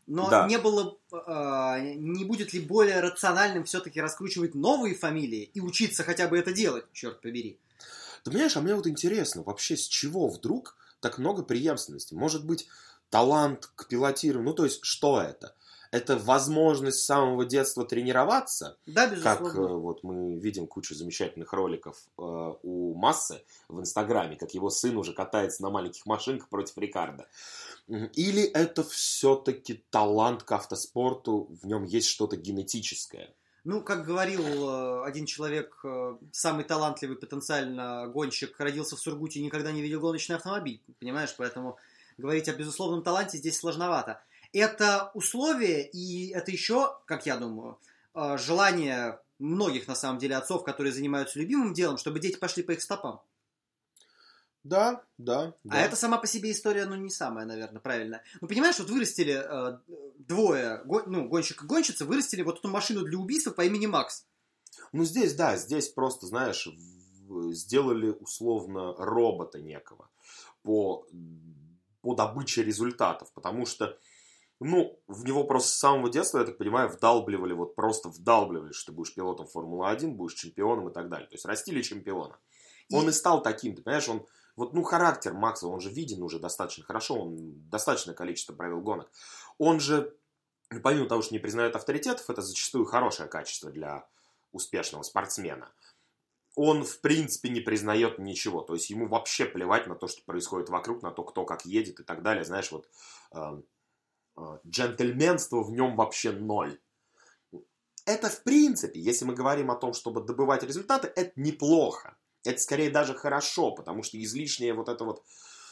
Но Да. не будет ли более рациональным все-таки раскручивать новые фамилии и учиться хотя бы это делать, черт побери? Ты понимаешь, а мне вот интересно, вообще с чего вдруг так много преемственности? Может быть, талант к пилотированию? Ну, то есть, что это? Это возможность с самого детства тренироваться? Да, Как безусловно. вот мы видим кучу замечательных роликов у Массы в Инстаграме, как его сын уже катается на маленьких машинках против Рикардо. Или это все-таки талант к автоспорту, в нем есть что-то генетическое? Ну, как говорил один человек, самый талантливый потенциально гонщик, родился в Сургуте и никогда не видел гоночный автомобиль. Понимаешь, поэтому говорить о безусловном таланте здесь сложновато. Это условие, и это еще, как я думаю, желание многих, на самом деле, отцов, которые занимаются любимым делом, чтобы дети пошли по их стопам. Да, да, А да. это сама по себе история, ну, не самая, наверное, правильная. Ну, понимаешь, вот вырастили двое, гонщик и гонщица, вырастили вот эту машину для убийства по имени Макс. Ну, здесь, да, здесь просто, знаешь, сделали условно робота некого по добыче результатов, потому что, ну, в него просто с самого детства, я так понимаю, вдалбливали, что ты будешь пилотом Формулы-1, будешь чемпионом и так далее. То есть растили чемпиона. Он и стал таким, ты понимаешь, он, вот, ну, характер Макса, он же виден уже достаточно хорошо, он достаточное количество провел гонок. Он же, помимо того, что не признает авторитетов, это зачастую хорошее качество для успешного спортсмена. Он, в принципе, не признает ничего. То есть, ему вообще плевать на то, что происходит вокруг, на то, кто как едет и так далее. Знаешь, вот джентльменство в нем вообще ноль. Это, в принципе, если мы говорим о том, чтобы добывать результаты, это неплохо. Это, скорее, даже хорошо, потому что излишнее вот это вот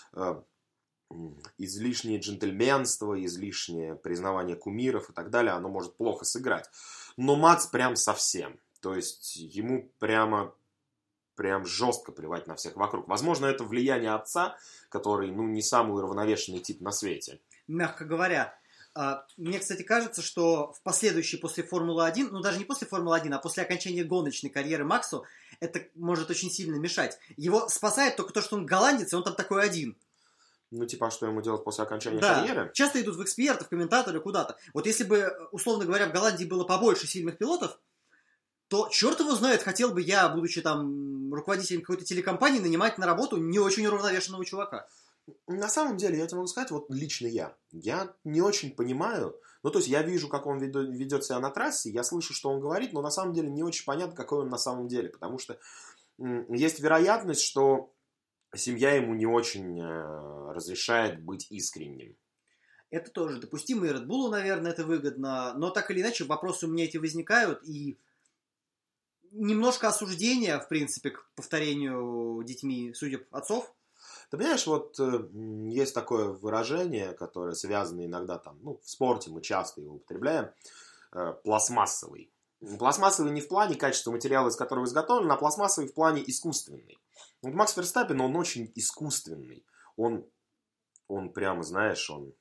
излишнее джентльменство, излишнее признавание кумиров и так далее, оно может плохо сыграть. Но Макс прям совсем. То есть, ему прям жестко плевать на всех вокруг. Возможно, это влияние отца, который, ну, не самый уравновешенный тип на свете. Мягко говоря. Мне, кстати, кажется, что в последующей после Формулы-1, ну даже не после Формулы-1, а после окончания гоночной карьеры Максу, это может очень сильно мешать. Его спасает только то, что он голландец, и он там такой один. Ну, типа, что ему делать после окончания Да, карьеры? часто идут в экспертов, комментаторы, куда-то. Вот если бы, условно говоря, в Голландии было побольше сильных пилотов, то черт его знает, хотел бы я, будучи там руководителем какой-то телекомпании, нанимать на работу не очень уравновешенного чувака. На самом деле, я тебе могу сказать, вот лично я не очень понимаю, ну, то есть, я вижу, как он ведет себя на трассе, я слышу, что он говорит, но на самом деле не очень понятно, какой он на самом деле, потому что есть вероятность, что семья ему не очень разрешает быть искренним. Это тоже допустимо, и Red Bull, наверное, это выгодно, но так или иначе вопросы у меня эти возникают, и немножко осуждения, в принципе, к повторению детьми судеб отцов. Ты понимаешь, вот есть такое выражение, которое связано иногда там, ну, в спорте мы часто его употребляем, пластмассовый. Пластмассовый не в плане качества материала, из которого изготовлен, а пластмассовый в плане искусственный. Вот Макс Ферстаппен, он очень искусственный. Он прямо, знаешь, он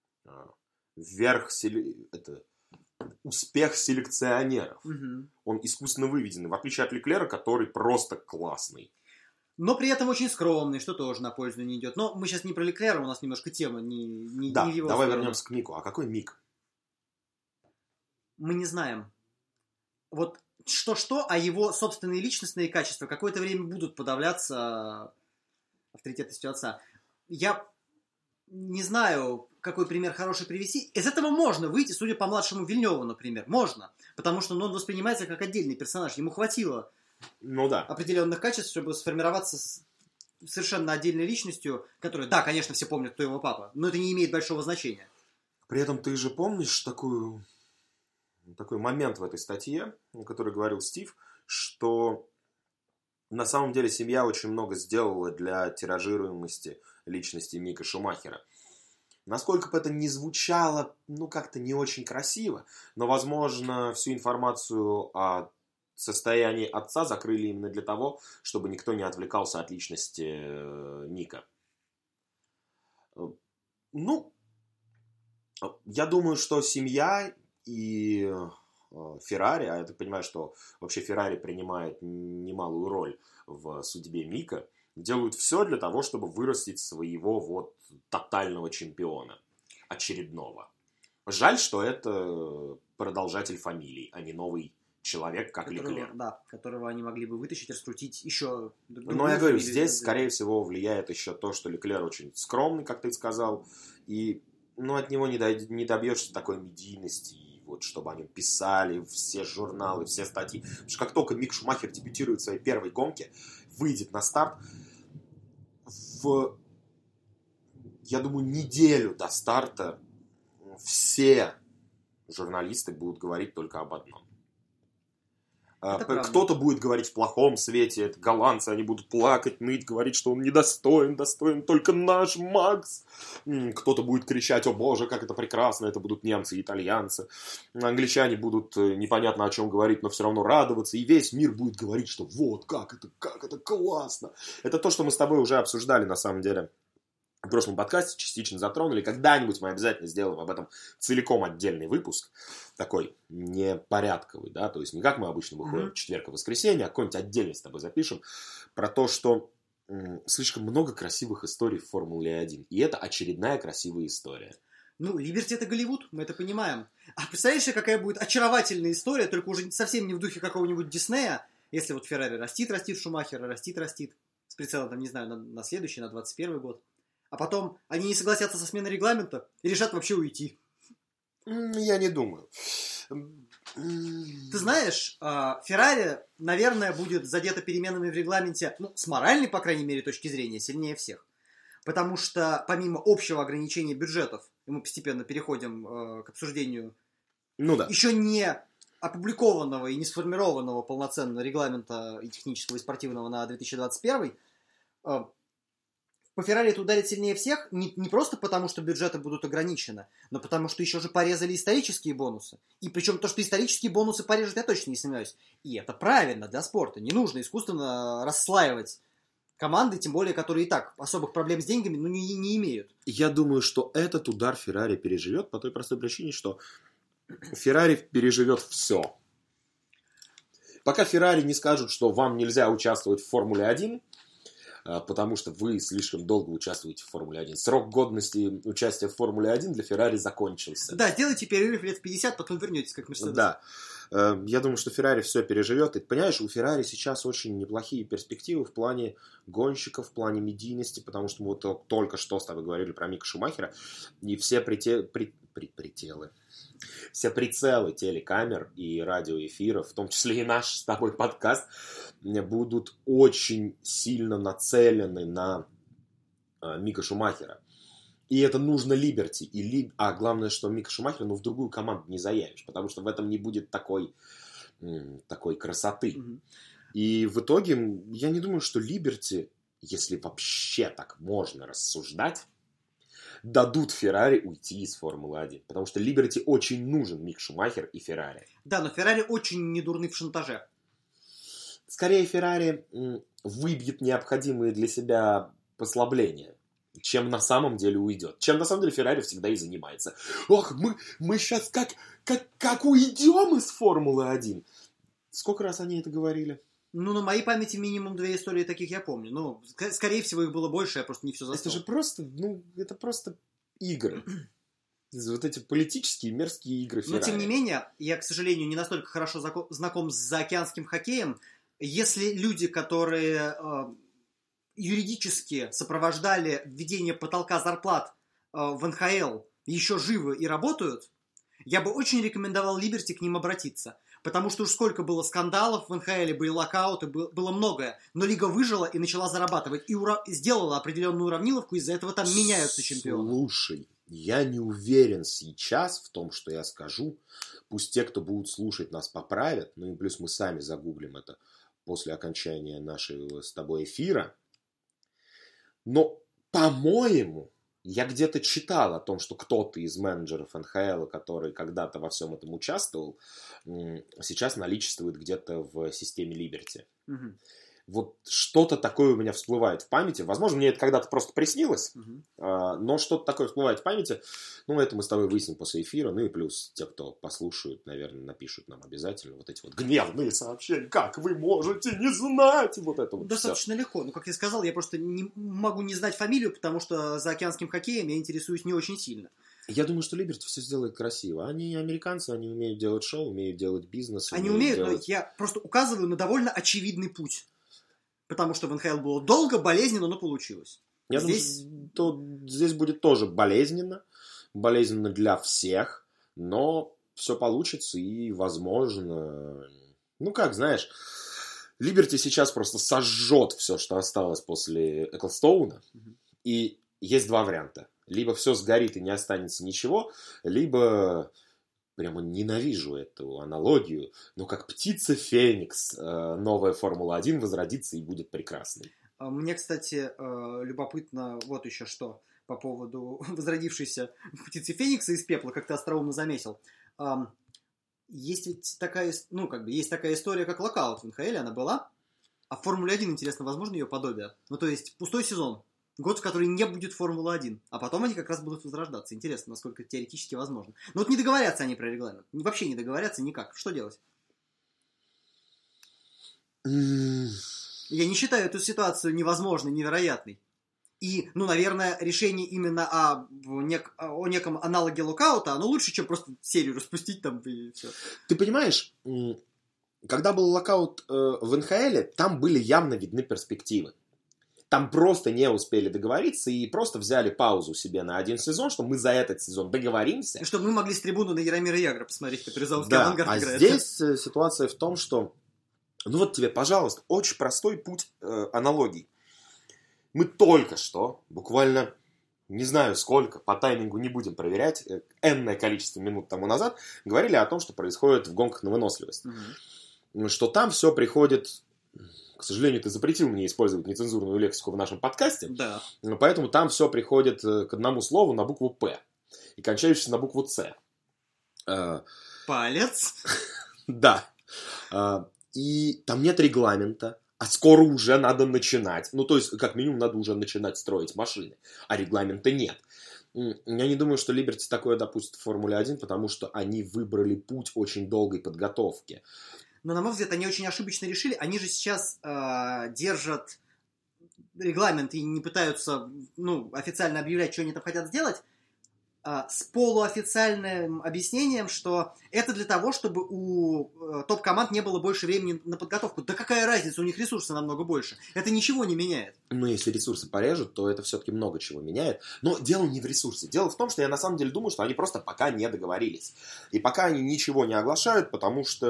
успех селекционеров. Угу. Он искусственно выведенный, в отличие от Леклера, который просто классный. Но при этом очень скромный, что тоже на пользу не идет. Но мы сейчас не про Леклера, у нас немножко тема не Да, в его давай сторону. вернемся к Мику. А какой Мик? Мы не знаем. Вот что-что, а его собственные личностные качества какое-то время будут подавляться авторитетностью отца. Я не знаю, какой пример хороший привести. Из этого можно выйти, судя по младшему Вильнёву, например. Можно. Потому что он воспринимается как отдельный персонаж. Ему хватило определенных качеств, чтобы сформироваться с совершенно отдельной личностью, которая, да, конечно, все помнят, кто его папа, но это не имеет большого значения. При этом ты же помнишь такой момент в этой статье, о которой говорил Стив, что на самом деле семья очень много сделала для тиражируемости личности Мика Шумахера. Насколько бы это ни звучало, ну, как-то не очень красиво, но, возможно, всю информацию о состоянии отца закрыли именно для того, чтобы никто не отвлекался от личности Мика. Ну, я думаю, что семья и Феррари, а я так понимаю, что вообще Феррари принимает немалую роль в судьбе Мика, делают все для того, чтобы вырастить своего вот тотального чемпиона очередного. Жаль, что это продолжатель фамилий, а не новый человек, как Леклер. Да, которого они могли бы вытащить, раскрутить еще. Но я говорю, здесь, скорее всего, влияет еще то, что Леклер очень скромный, как ты сказал, и от него не добьешься такой медийности, вот, чтобы они писали все журналы, все статьи. Потому что как только Мик Шумахер дебютирует в своей первой гонке, выйдет на старт, я думаю, неделю до старта все журналисты будут говорить только об одном. Кто-то будет говорить в плохом свете, это голландцы, они будут плакать, ныть, говорить, что он недостоин, достоин только наш Макс. Кто-то будет кричать: о боже, как это прекрасно, это будут немцы и итальянцы. Англичане будут непонятно о чем говорить, но все равно радоваться, и весь мир будет говорить, что вот, как это классно. Это то, что мы с тобой уже обсуждали, на самом деле, в прошлом подкасте, частично затронули. Когда-нибудь мы обязательно сделаем об этом целиком отдельный выпуск. Такой непорядковый, да, то есть не как мы обычно выходим в четверг и воскресенье, а какой-нибудь отдельный с тобой запишем про то, что слишком много красивых историй в Формуле 1. И это очередная красивая история. Либерти — это Голливуд, мы это понимаем. А представляешь, какая будет очаровательная история, только уже совсем не в духе какого-нибудь Диснея, если вот Феррари растит Шумахера, растит, с прицелом, там, не знаю, на следующий, на 21 год. А потом они не согласятся со сменой регламента и решат вообще уйти. Я не думаю. Ты знаешь, Феррари, наверное, будет задето переменами в регламенте, с моральной, по крайней мере, точки зрения, сильнее всех. Потому что помимо общего ограничения бюджетов, и мы постепенно переходим к обсуждению еще не опубликованного и не сформированного полноценного регламента и технического, и спортивного на 2021, по Феррари это ударит сильнее всех, не просто потому, что бюджеты будут ограничены, но потому, что еще же порезали исторические бонусы. И причем то, что исторические бонусы порежут, я точно не сомневаюсь. И это правильно для спорта. Не нужно искусственно расслаивать команды, тем более, которые и так особых проблем с деньгами не имеют. Я думаю, что этот удар Феррари переживет по той простой причине, что Феррари переживет все. Пока Феррари не скажут, что вам нельзя участвовать в Формуле 1, потому что вы слишком долго участвуете в Формуле 1. Срок годности участия в Формуле 1 для Феррари закончился. Да, сделайте перерыв лет в 50, потом вернетесь, как Мерседес. Да. Я думаю, что Феррари все переживет. И, понимаешь, у Феррари сейчас очень неплохие перспективы в плане гонщиков, в плане медийности, потому что мы вот только что с тобой говорили про Мика Шумахера, и все все прицелы телекамер и радиоэфиров, в том числе и наш с тобой подкаст, будут очень сильно нацелены на Мика Шумахера. И это нужно Либерти. А главное, что Мика Шумахера в другую команду не заявишь, потому что в этом не будет такой красоты. И в итоге я не думаю, что Либерти, если вообще так можно рассуждать, дадут Феррари уйти из Формулы 1. Потому что Либерти очень нужен Мик Шумахер и Феррари. Да, но Феррари очень недурны в шантаже. Скорее, Феррари выбьет необходимые для себя послабления, чем на самом деле уйдет. Чем на самом деле Феррари всегда и занимается. Ох, мы сейчас как уйдем из Формулы 1. Сколько раз они это говорили? На моей памяти минимум 2 истории таких я помню. Скорее всего, их было больше, я просто не все застал. Это же просто, это просто игры. Вот эти политические мерзкие игры Феррари. Но, тем не менее, я, к сожалению, не настолько хорошо знаком с заокеанским хоккеем. Если люди, которые юридически сопровождали введение потолка зарплат в НХЛ, еще живы и работают, я бы очень рекомендовал Либерти к ним обратиться. Потому что уж сколько было скандалов в НХЛ, были локауты, было многое. Но лига выжила и начала зарабатывать. И сделала определенную уравниловку, из-за этого там меняются чемпионы. Слушай, я не уверен сейчас в том, что я скажу. Пусть те, кто будут слушать, нас поправят. И плюс мы сами загуглим это после окончания нашего с тобой эфира. Но, по-моему, я где-то читал о том, что кто-то из менеджеров НХЛ, который когда-то во всем этом участвовал, сейчас наличествует где-то в системе Либерти. Угу. Вот что-то такое у меня всплывает в памяти. Возможно, мне это когда-то просто приснилось, но что-то такое всплывает в памяти. Это мы с тобой выясним после эфира. И плюс те, кто послушают, наверное, напишут нам обязательно вот эти вот гневные сообщения. Как вы можете не знать? Вот это вот достаточно все. легко. Как я сказал, я просто не могу не знать фамилию, потому что за океанским хоккеем я интересуюсь не очень сильно. Я думаю, что Liberty все сделает красиво. Они американцы, они умеют делать шоу, умеют делать бизнес. Они умеют, но я просто указываю на довольно очевидный путь. Потому что в НХЛ было долго, болезненно, но получилось. Я думаю, что здесь будет тоже болезненно для всех, но все получится и, возможно... Ну, как, знаешь, Liberty сейчас просто сожжет все, что осталось после Эклстоуна, и есть два варианта. Либо все сгорит и не останется ничего, либо, прямо ненавижу эту аналогию, но как птица Феникс, новая Формула-1 возродится и будет прекрасной. Мне, кстати, любопытно вот еще что по поводу возродившейся птицы Феникса из пепла, как ты остроумно заметил. Есть ведь такая, есть такая история, как локаут в НХЛ, она была. А в Формуле-1, интересно, возможно ее подобие? Ну, то есть, пустой сезон. Год, в который не будет Формулы-1. А потом они как раз будут возрождаться. Интересно, насколько это теоретически возможно. Но вот не договорятся они про регламент. Вообще не договорятся никак. Что делать? Я не считаю эту ситуацию невозможной, невероятной. И, наверное, решение именно о неком аналоге локаута, оно лучше, чем просто серию распустить там и все. Ты понимаешь, когда был локаут в НХЛ, там были явно видны перспективы. Там просто не успели договориться и просто взяли паузу себе на один сезон, что мы за этот сезон договоримся. И чтобы мы могли с трибуны на Яромира Ягра посмотреть, который Заумский авангард играет. Здесь ситуация в том, что... Ну вот тебе, пожалуйста, очень простой путь аналогий. Мы только что, буквально, не знаю сколько, по таймингу не будем проверять, энное количество минут тому назад, говорили о том, что происходит в гонках на выносливость. Что там все приходит... К сожалению, ты запретил мне использовать нецензурную лексику в нашем подкасте. Да. Поэтому там все приходит к одному слову на букву «П» и кончающееся на букву «Ц». Палец. Да. И там нет регламента, а скоро уже надо начинать. Ну, то есть, как минимум, надо уже начинать строить машины, а регламента нет. Я не думаю, что Liberty такое допустит в Формуле 1, потому что они выбрали путь очень долгой подготовки. Но, на мой взгляд, они очень ошибочно решили. Они же сейчас держат регламент и не пытаются официально объявлять, что они там хотят сделать, с полуофициальным объяснением, что это для того, чтобы у топ-команд не было больше времени на подготовку. Да какая разница, у них ресурсов намного больше. Это ничего не меняет. Ну, если ресурсы порежут, то это все-таки много чего меняет. Но дело не в ресурсе. Дело в том, что я на самом деле думаю, что они просто пока не договорились. И пока они ничего не оглашают, потому что,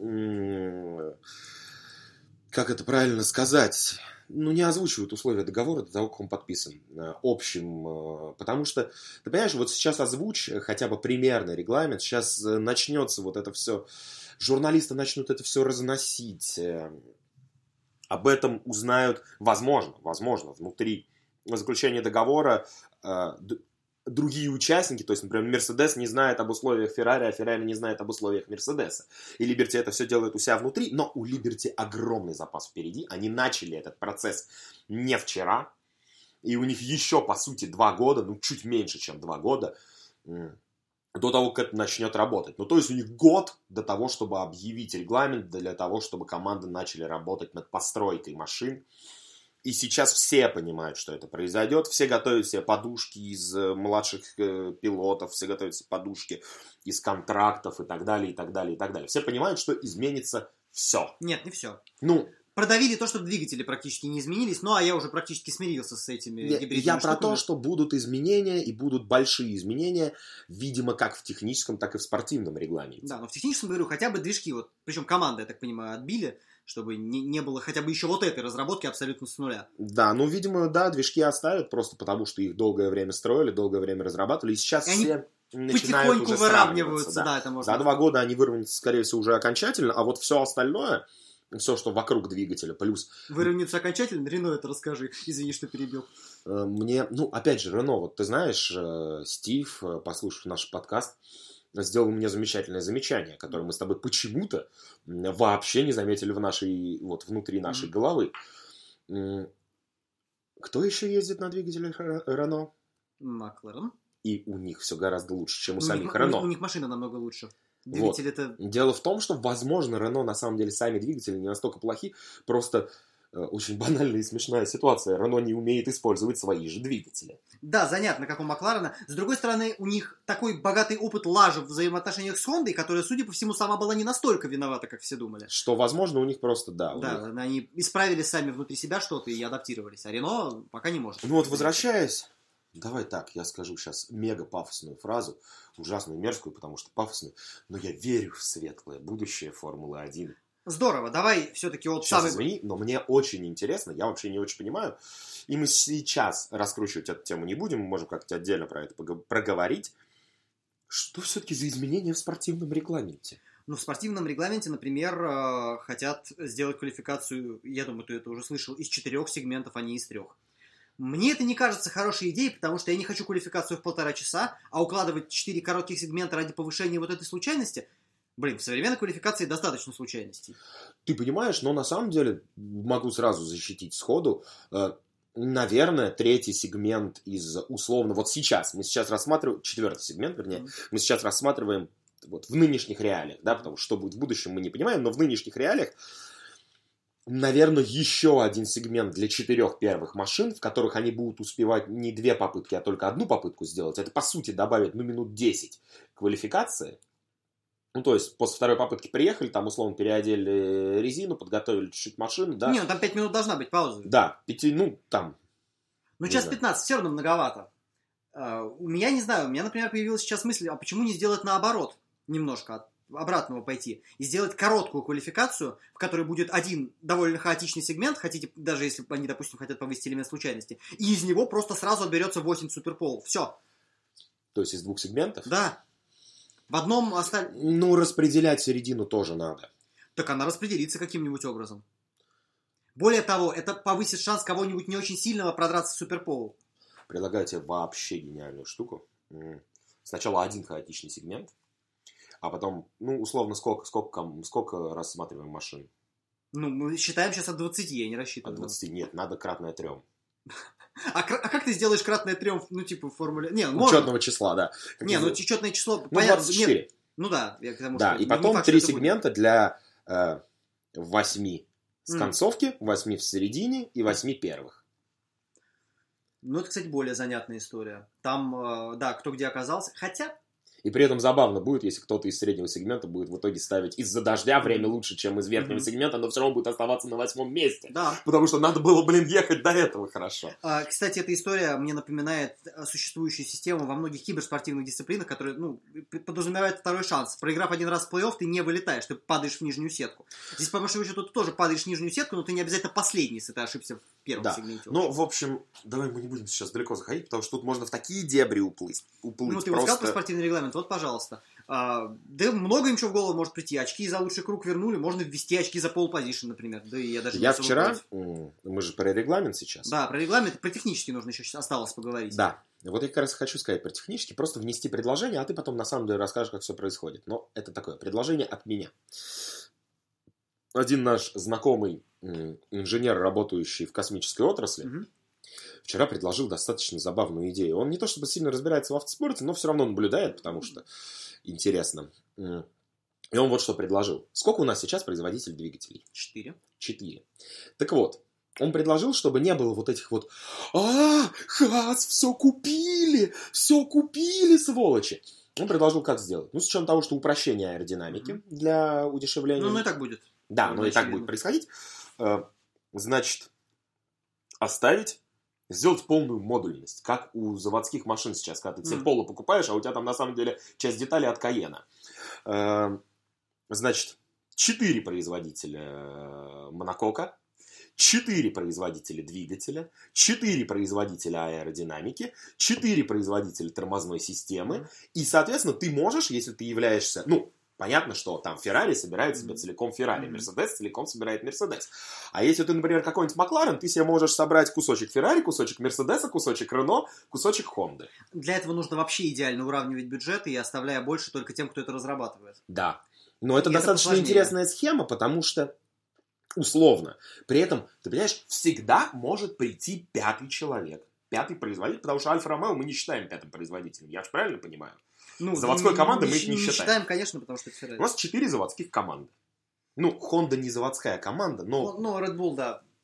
как это правильно сказать... не озвучивают условия договора до того, как он подписан общим. Потому что, ты понимаешь, вот сейчас озвучь хотя бы примерный регламент, сейчас начнется вот это все, журналисты начнут это все разносить, об этом узнают, возможно, внутри заключения договора другие участники, то есть, например, Мерседес не знает об условиях Феррари, а Феррари не знает об условиях Мерседеса. И Liberty это все делает у себя внутри, но у Liberty огромный запас впереди. Они начали этот процесс не вчера, и у них еще, по сути, 2 года, чуть меньше, чем 2 года, до того, как это начнет работать. То есть у них год до того, чтобы объявить регламент, для того, чтобы команды начали работать над постройкой машин. И сейчас все понимают, что это произойдет. Все готовят себе подушки из младших пилотов, все готовят себе подушки из контрактов и так далее, и так далее, и так далее. Все понимают, что изменится все. Нет, не все. Продавили то, чтобы двигатели практически не изменились, а я уже практически смирился с этими гибридными Я штуками. про то, что будут изменения, и будут большие изменения, видимо, как в техническом, так и в спортивном регламенте. Да, но в техническом, говорю, хотя бы движки, причем команда, я так понимаю, отбили, чтобы не было хотя бы еще вот этой разработки абсолютно с нуля. Да, видимо, движки оставят, просто потому что их долгое время строили, долгое время разрабатывали, и сейчас и все начинают потихоньку уже выравниваются. Да, это можно. За 2 года они выровняются, скорее всего, уже окончательно, а вот все остальное, все, что вокруг двигателя, плюс... Выровняются окончательно? Рено, это расскажи. Извини, что перебил. Мне, опять же, Рено, вот ты знаешь, Стив, послушав наш подкаст, сделал мне замечательное замечание, которое мы с тобой почему-то вообще не заметили внутри нашей головы. Кто еще ездит на двигателе Рено? Макларен. И у них все гораздо лучше, чем у самих Рено. У них машина намного лучше. Дело в том, что, возможно, Рено на самом деле сами двигатели не настолько плохи, просто очень банальная и смешная ситуация. Рено не умеет использовать свои же двигатели. Да, занятно, как у Макларена. С другой стороны, у них такой богатый опыт лажи в взаимоотношениях с Хондой, которая, судя по всему, сама была не настолько виновата, как все думали. Что, возможно, у них просто, да. Да, они исправили сами внутри себя что-то и адаптировались. А Рено пока не может. Ну вот, возвращаясь, давай так, я скажу сейчас мега пафосную фразу, ужасную, мерзкую, потому что пафосную, но я верю в светлое будущее Формулы-1. Здорово, давай все-таки вот Сейчас, извини, но мне очень интересно, я вообще не очень понимаю, и мы сейчас раскручивать эту тему не будем, мы можем как-то отдельно про это проговорить. Что все-таки за изменения в спортивном регламенте? Ну, в спортивном регламенте, например, хотят сделать квалификацию, я думаю, ты это уже слышал, из 4 сегментов, а не из 3. Мне это не кажется хорошей идеей, потому что я не хочу квалификацию в 1,5 часа, а укладывать 4 коротких сегмента ради повышения вот этой случайности. Блин, в современной квалификации достаточно случайностей. Ты понимаешь, но на самом деле могу сразу защитить сходу. Наверное, 3-й сегмент из условно... Вот сейчас, мы сейчас рассматриваем... 4-й сегмент, вернее. Мы сейчас рассматриваем вот в нынешних реалиях, да, потому что что будет в будущем, мы не понимаем, но в нынешних реалиях, наверное, еще один сегмент для 4 первых машин, в которых они будут успевать не 2 попытки, а только 1 попытку сделать. Это, по сути, добавит, минут 10 квалификации. Ну, то есть, после 2-й попытки приехали, там, условно, переодели резину, подготовили чуть-чуть машину, да. Не, ну там 5 минут должна быть пауза. Да, 5, там. Ну, час 15 все равно многовато. У меня, не знаю, у меня, например, появилась сейчас мысль, а почему не сделать наоборот? Немножко от обратного пойти. И сделать короткую квалификацию, в которой будет один довольно хаотичный сегмент, хотите, даже если они, допустим, хотят повысить элемент случайности, и из него просто сразу отберется 8 суперполов. Все. То есть, из 2 сегментов? Да. В одном Ну, распределять середину тоже надо. Так она распределится каким-нибудь образом. Более того, это повысит шанс кого-нибудь не очень сильного продраться в суперпол. Предлагаю тебе вообще гениальную штуку. Сначала один хаотичный сегмент, а потом, ну, условно, сколько рассматриваем машин? Ну, мы считаем сейчас от 20, я не рассчитываю. От 20 нет, надо кратное 3. А как ты сделаешь кратное 3, ну, типа, в формуле... Не, учетного числа, да. Не, ну, учетное число... Ну, понятно, 24. Нет. Ну, да. Я к тому, да, что и потом 3 сегмента для 8 с концовки, 8 в середине и 8 первых. Ну, это, кстати, более занятная история. Там, да, кто где оказался. Хотя... И при этом забавно будет, если кто-то из среднего сегмента будет в итоге ставить из-за дождя время лучше, чем из верхнего сегмента, но все равно будет оставаться на 8 месте. Да. Потому что надо было, ехать до этого хорошо. Кстати, эта история мне напоминает существующую систему во многих киберспортивных дисциплинах, которые, ну, подразумевают второй шанс. Проиграв один раз в плей-офф, ты не вылетаешь, ты падаешь в нижнюю сетку. Здесь, по большому счету, ты тоже падаешь в нижнюю сетку, но ты не обязательно последний, если ты ошибся в первом сегменте. Ну, в общем, давай мы не будем сейчас далеко заходить, потому что тут можно в такие дебри уплыть. Ну, ты вот сказал про спортивный регламент, вот, пожалуйста. Да много им чего в голову может прийти. Очки за лучший круг вернули, можно ввести очки за пол-позишн, например. Да, и я даже я вчера, мы же про регламент сейчас. Да, про регламент, про технический нужно еще осталось поговорить. Да, вот я как раз хочу сказать про технический, просто внести предложение, а ты потом на самом деле расскажешь, как все происходит. Но это такое предложение от меня. Один наш знакомый инженер, работающий в космической отрасли, вчера предложил достаточно забавную идею. Он не то чтобы сильно разбирается в автоспорте, но все равно наблюдает, потому что интересно. И он вот что предложил. Сколько у нас сейчас производителей двигателей? 4. Так вот, он предложил, чтобы не было вот этих вот ХААС, все купили, сволочи. Он предложил, как сделать. Ну, с учетом того, что упрощение аэродинамики для удешевления. Ну, и так будет. Да, но и так будет происходить. Значит, сделать полную модульность, как у заводских машин сейчас, когда ты себе поло покупаешь, а у тебя там на самом деле часть деталей от Каена. Значит, 4 производителя монокока, 4 производителя двигателя, 4 производителя аэродинамики, 4 производителя тормозной системы. И, соответственно, ты можешь, если ты являешься... Ну, понятно, что там Ferrari собирает себе целиком Ferrari, Mercedes целиком собирает Mercedes. А если ты, например, какой-нибудь Макларен, ты себе можешь собрать кусочек Ferrari, кусочек Mercedes, кусочек Renault, кусочек Honda. Для этого нужно вообще идеально уравнивать бюджеты и оставляя больше только тем, кто это разрабатывает. Да. Но это достаточно интересная схема, потому что условно. При этом, ты понимаешь, всегда может прийти 5-й человек. 5-й производитель, потому что Альфа-Ромео мы не считаем 5-м производителем. Я же правильно понимаю? Ну, заводской команды мы их не считаем. считаем, конечно, потому что это Ferrari. У нас 4 заводских команды. Ну, Honda не заводская команда, но... Ну, Red Bull, да.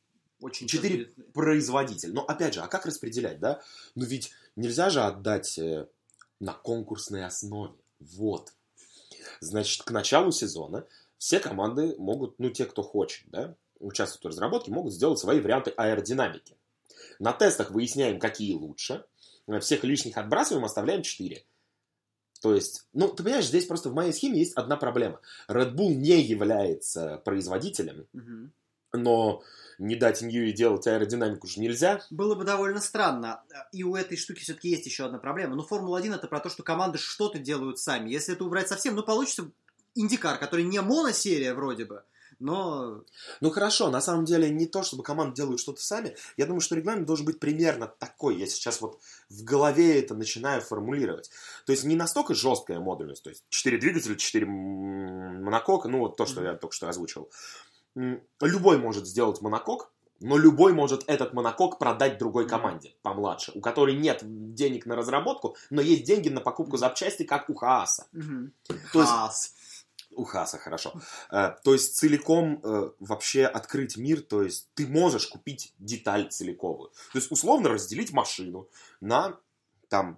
Очень 4 производителя. Но опять же, а как распределять, да? Ну ведь нельзя же отдать на конкурсной основе. Вот. Значит, к началу сезона все команды могут, ну те, кто хочет, да, участвовать в разработке, могут сделать свои варианты аэродинамики. На тестах выясняем, какие лучше. Всех лишних отбрасываем, оставляем 4. То есть, ну, ты понимаешь, здесь просто в моей схеме есть одна проблема. Red Bull не является производителем, но не дать Ньюи делать аэродинамику же нельзя. Было бы довольно странно. И у этой штуки все-таки есть еще одна проблема. Но Формула-1 это про то, что команды что-то делают сами. Если это убрать совсем, ну, получится IndyCar, который не моносерия вроде бы, но... Ну хорошо, на самом деле не то, чтобы команды делают что-то сами. Я думаю, что регламент должен быть примерно такой. Я сейчас вот в голове это начинаю формулировать. То есть не настолько жесткая модульность. То есть 4 двигателя, 4 монокока. Ну вот то, что я только что озвучил. Любой может сделать монокок, но любой может этот монокок продать другой команде помладше, у которой нет денег на разработку, но есть деньги на покупку запчастей, как у Хааса. То есть... У Хааса, хорошо. То есть целиком вообще открыть мир, то есть ты можешь купить деталь целиковую. То есть условно разделить машину на там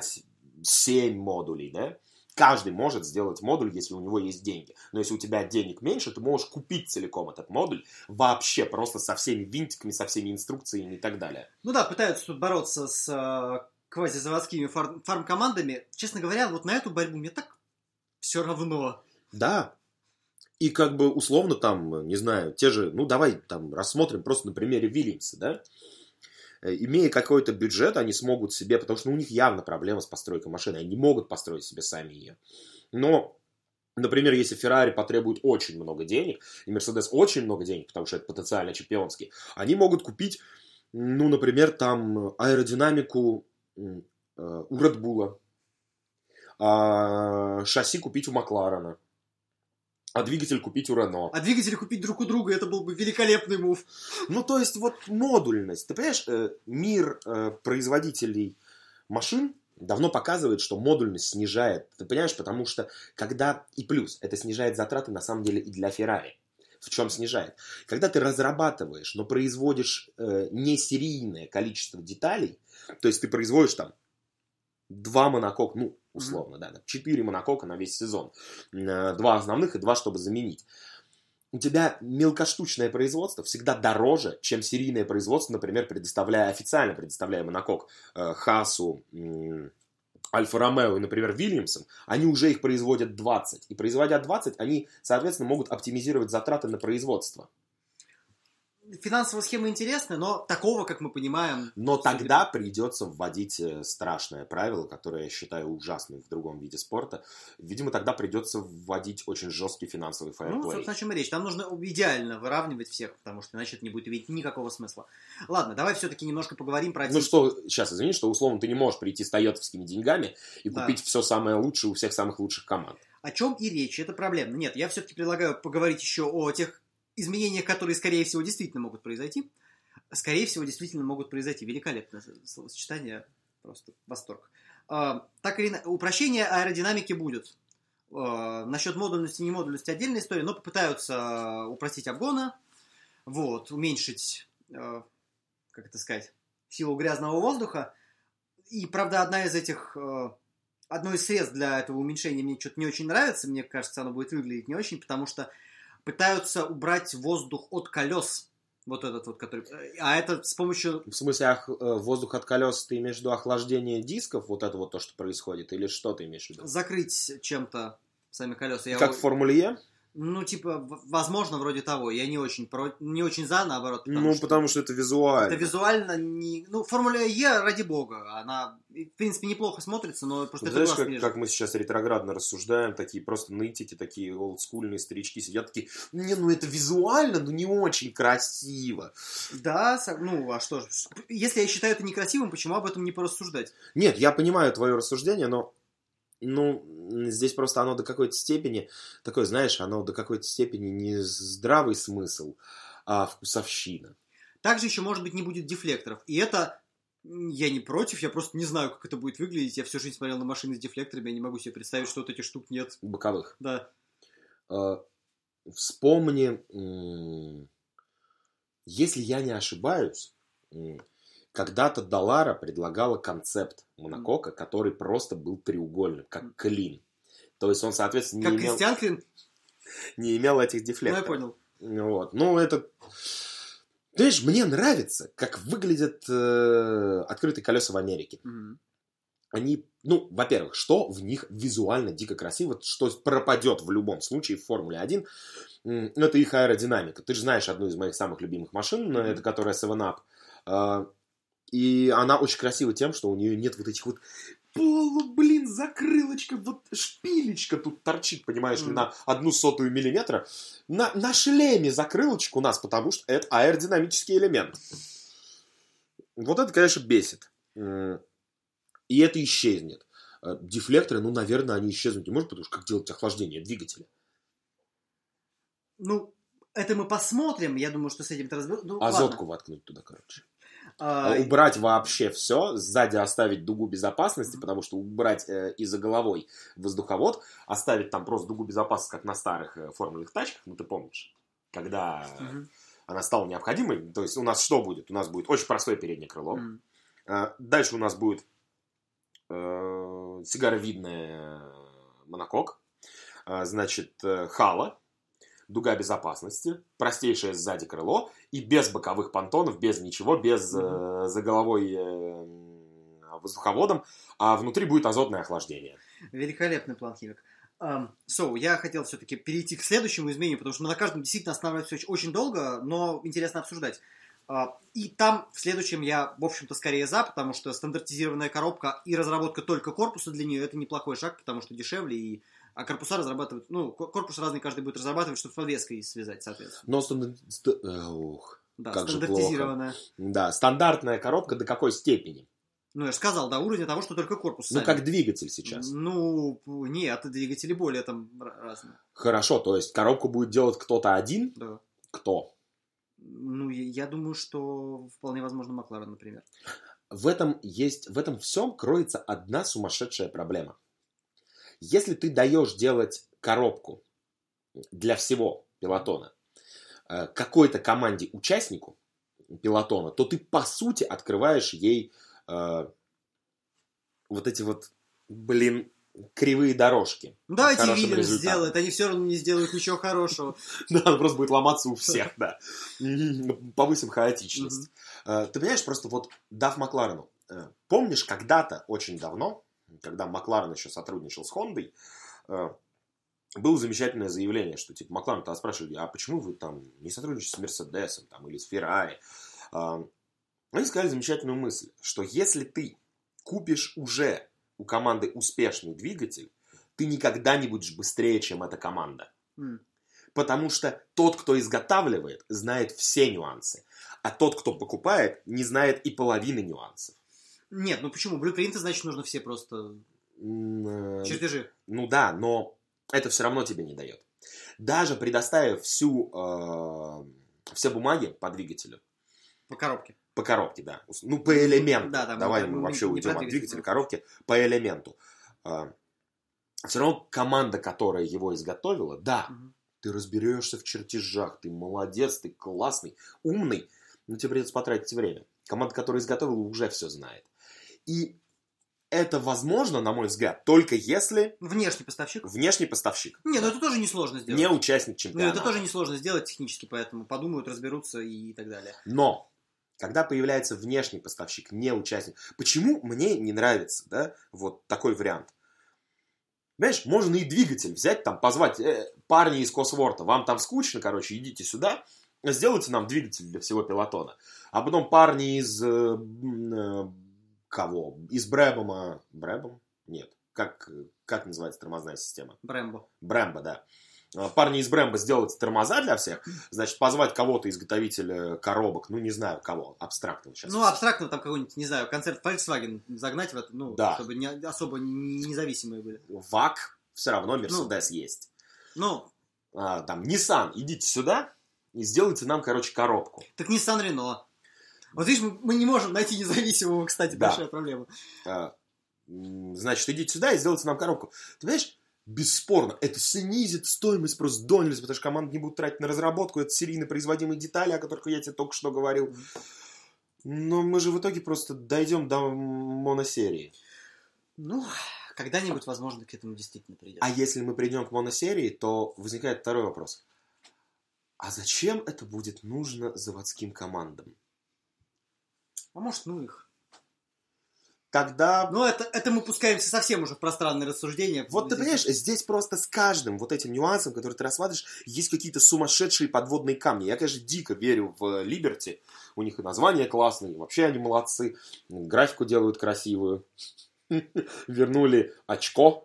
5-7 модулей, да? Каждый может сделать модуль, если у него есть деньги. Но если у тебя денег меньше, ты можешь купить целиком этот модуль вообще просто со всеми винтиками, со всеми инструкциями и так далее. Ну да, пытаются тут бороться с квазизаводскими фармкомандами. Честно говоря, вот на эту борьбу мне так все равно. Да. И как бы условно там, не знаю, те же, ну давай там рассмотрим просто на примере Вильямса, да. Имея какой-то бюджет, они смогут себе, потому что у них явно проблема с постройкой машины, они не могут построить себе сами ее. Но, например, если Ferrari потребует очень много денег, и Mercedes очень много денег, потому что это потенциально чемпионский, они могут купить, ну, например, там аэродинамику у Red Bull, а шасси купить у Макларена. А двигатель купить у Рено. А двигатели купить друг у друга, это был бы великолепный мув. Ну, то есть, вот модульность. Ты понимаешь, мир производителей машин давно показывает, что модульность снижает. Ты понимаешь, потому что когда... И плюс, это снижает затраты, на самом деле, и для Ferrari. В чем снижает? Когда ты разрабатываешь, но производишь не серийное количество деталей, то есть ты производишь там 2 монокока, ну, условно, да, 4 монокока на весь сезон. 2 основных и 2, чтобы заменить. У тебя мелкоштучное производство всегда дороже, чем серийное производство, например, официально предоставляя монокок Хаасу, Альфа-Ромео и, например, Вильямсом. Они уже их производят 20. И производя 20, они, соответственно, могут оптимизировать затраты на производство. Финансовая схема интересная, но такого, как мы понимаем... Но тогда придется вводить страшное правило, которое я считаю ужасным в другом виде спорта. Видимо, тогда придется вводить очень жесткий финансовый фэрплей. Ну, собственно, о чем и речь. Там нужно идеально выравнивать всех, потому что иначе это не будет иметь никакого смысла. Ладно, давай все-таки немножко поговорим про... Ну что, сейчас, извини, что условно ты не можешь прийти с тойотовскими деньгами и купить все самое лучшее у всех самых лучших команд. О чем и речь, это проблема. Нет, я все-таки предлагаю поговорить еще о тех изменения, которые, скорее всего, действительно могут произойти. Скорее всего, действительно могут произойти. Великолепное словосочетание. Просто восторг. Так или иначе, упрощение аэродинамики будет. Насчет модульности и немодульности отдельная история, но попытаются упростить обгоны, вот, уменьшить, как это сказать, силу грязного воздуха. И, правда, одно из средств для этого уменьшения мне что-то не очень нравится. Мне кажется, оно будет выглядеть не очень, потому что пытаются убрать воздух от колес. Вот этот вот, который... А это с помощью... В смысле, воздух от колес, ты имеешь в виду охлаждение дисков? Вот это вот то, что происходит? Или что ты имеешь в виду? Закрыть чем-то сами колеса. Как в Формуле Е? Ну, типа, возможно, вроде того. Я не очень за, наоборот. Потому что это визуально. Это визуально не... Ну, Формула Е, ради бога, она, в принципе, неплохо смотрится, но просто это знаешь, как мы сейчас ретроградно рассуждаем, такие просто нытики, такие олдскульные старички сидят, такие, это визуально, но не очень красиво. Да, а что же. Если я считаю это некрасивым, почему об этом не порассуждать? Нет, я понимаю твое рассуждение, но здесь просто оно до какой-то степени, такое, знаешь, оно до какой-то степени не здравый смысл, а вкусовщина. Также еще, может быть, не будет дефлекторов. И это, я не против, я просто не знаю, как это будет выглядеть. Я всю жизнь смотрел на машины с дефлекторами, я не могу себе представить, что вот этих штук нет. Боковых. Да. Вспомни если я не ошибаюсь, когда-то Далара предлагала концепт монокока, который просто был треугольным, как клин. То есть он, соответственно, Как Кристиан Клин? не имел этих дефлекторов. Ну, я понял. Вот. Ну, это... Знаешь, мне нравится, как выглядят открытые колеса в Америке. Они, ну, во-первых, что в них визуально дико красиво, что пропадет в любом случае в Формуле 1, это их аэродинамика. Ты же знаешь одну из моих самых любимых машин, это которая 7-Up. И она очень красива тем, что у нее нет вот этих вот закрылочка, вот шпилечка тут торчит, понимаешь ли, на 0,01 миллиметра. На шлеме закрылочка у нас, потому что это аэродинамический элемент. Вот это, конечно, бесит. И это исчезнет. Дефлекторы, ну, наверное, они исчезнут не может, потому что как делать охлаждение двигателя? Ну, это мы посмотрим. Я думаю, что с этим-то разберутся. Ну, азотку воткнуть туда, короче. Убрать вообще все, сзади оставить дугу безопасности, потому что убрать и за головой воздуховод, оставить там просто дугу безопасности, как на старых формульных тачках, ну, ты помнишь, когда она стала необходимой. То есть у нас что будет? У нас будет очень простое переднее крыло. Дальше у нас будет сигаровидная монокок, значит, хала, дуга безопасности, простейшее сзади крыло и без боковых понтонов, без ничего, без заголовой воздуховодом, а внутри будет азотное охлаждение. Великолепный план, Химик. Я хотел все-таки перейти к следующему изменению, потому что мы на каждом действительно останавливаемся очень долго, но интересно обсуждать. И там в следующем я, в общем-то, скорее за, потому что стандартизированная коробка и разработка только корпуса для нее — это неплохой шаг, потому что дешевле, а корпуса разрабатывают, ну, корпус разный каждый будет разрабатывать, чтобы с подвеской связать, соответственно. Но стандартизированная. Да, стандартная коробка до какой степени? Ну, я же сказал, до уровня того, что только корпус сами. Ну, как двигатель сейчас. Ну, нет, двигатели более там разные. Хорошо, то есть коробку будет делать кто-то один? Да. Кто? Ну, я думаю, что вполне возможно Макларен, например. В этом всем кроется одна сумасшедшая проблема. Если ты даешь делать коробку для всего пелотона какой-то команде участнику пелотона, то ты, по сути, открываешь ей вот эти вот, кривые дорожки. Давайте Вильямс сделает, они все равно не сделают ничего хорошего. Да, она просто будет ломаться у всех, да. Повысим хаотичность. Ты понимаешь, просто вот дав Макларену. Помнишь, когда-то, очень давно, когда Макларен еще сотрудничал с Хондой, было замечательное заявление, что типа Макларен-то спрашивали, а почему вы там не сотрудничаете с Мерседесом там, или с Феррари? Они сказали замечательную мысль, что если ты купишь уже у команды успешный двигатель, ты никогда не будешь быстрее, чем эта команда. Потому что тот, кто изготавливает, знает все нюансы. А тот, кто покупает, не знает и половины нюансов. Нет, ну почему? Блюпринты, значит, нужно все просто чертежи. Ну да, но это все равно тебе не дает. Даже предоставив все бумаги по двигателю. По коробке. По коробке, да. Ну, по элементу. Да, давай мы вообще уйдем от двигателя, коробки, по элементу. Все равно команда, которая его изготовила, да, ты разберешься в чертежах, ты молодец, ты классный, умный, но тебе придется потратить время. Команда, которая изготовила, уже все знает. И это возможно, на мой взгляд, только если... Внешний поставщик. Внешний поставщик. Не, ну это тоже несложно сделать. Не участник чемпионата. Ну это тоже несложно сделать технически, поэтому подумают, разберутся и так далее. Но, когда появляется внешний поставщик, не участник... Почему мне не нравится, да, вот такой вариант? Знаешь, можно и двигатель взять, там, позвать парни из Косворта, вам там скучно, короче, идите сюда, сделайте нам двигатель для всего пелотона. А потом парни из... кого? Из Брэмбома... Брэмбом? Нет. Как называется тормозная система? Брэмбо. Брэмбо, да. Парни из Брэмбо сделают тормоза для всех, значит, позвать кого-то, изготовителя коробок, ну, не знаю кого, абстрактного сейчас. Ну, абстрактного там какой-нибудь, не знаю, концерт Volkswagen загнать в это, ну, да. Чтобы особо независимые были. ВАК, все равно Мерседес есть. Ну. Там, Nissan, идите сюда и сделайте нам, короче, коробку. Так Nissan Renault. Вот видишь, мы не можем найти независимого, кстати, да. Большая проблема. Значит, идите сюда и сделайте нам коробку. Ты понимаешь, бесспорно, это снизит стоимость просто до нельзя, потому что команды не будут тратить на разработку, это серийно производимые детали, о которых я тебе только что говорил. Но мы же в итоге просто дойдем до моносерии. Ну, когда-нибудь, возможно, к этому действительно придет. А если мы придем к моносерии, то возникает второй вопрос. А зачем это будет нужно заводским командам? А может, ну их. Тогда... Ну, это мы пускаемся совсем уже в пространные рассуждения. Вот ты понимаешь, здесь просто с каждым вот этим нюансом, который ты рассматриваешь, есть какие-то сумасшедшие подводные камни. Я, конечно, дико верю в Liberty. У них и названия классные, вообще они молодцы. Графику делают красивую. Вернули очко.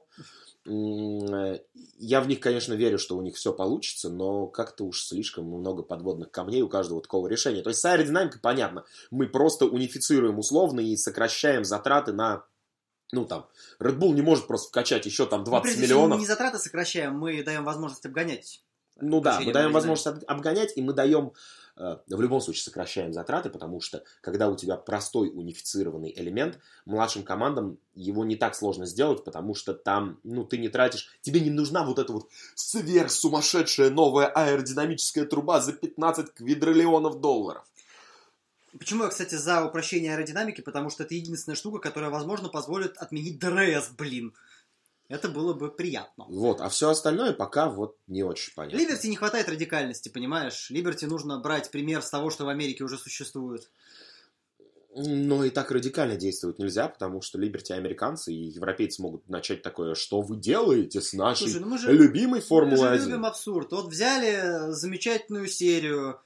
Я в них, конечно, верю, что у них все получится, но как-то уж слишком много подводных камней у каждого такого решения. То есть с аэродинамикой понятно. Мы просто унифицируем условно и сокращаем затраты на... Ну, там, Red Bull не может просто вкачать еще там 20 миллионов. Мы не затраты сокращаем, мы даем возможность обгонять. Ну да, мы даем возможность обгонять, и мы даем, в любом случае сокращаем затраты, потому что, когда у тебя простой унифицированный элемент, младшим командам его не так сложно сделать, потому что там, ну, ты не тратишь, тебе не нужна вот эта вот сверхсумасшедшая новая аэродинамическая труба за 15 квадриллионов долларов. Почему я, кстати, за упрощение аэродинамики? Потому что это единственная штука, которая, возможно, позволит отменить ДРС, блин. Это было бы приятно. Вот, а все остальное пока вот не очень понятно. Liberty не хватает радикальности, понимаешь? Liberty нужно брать пример с того, что в Америке уже существует. Но и так радикально действовать нельзя, потому что Liberty американцы и европейцы могут начать такое, что вы делаете с нашей любимой Формулой-1. Мы же любим абсурд. Вот взяли замечательную серию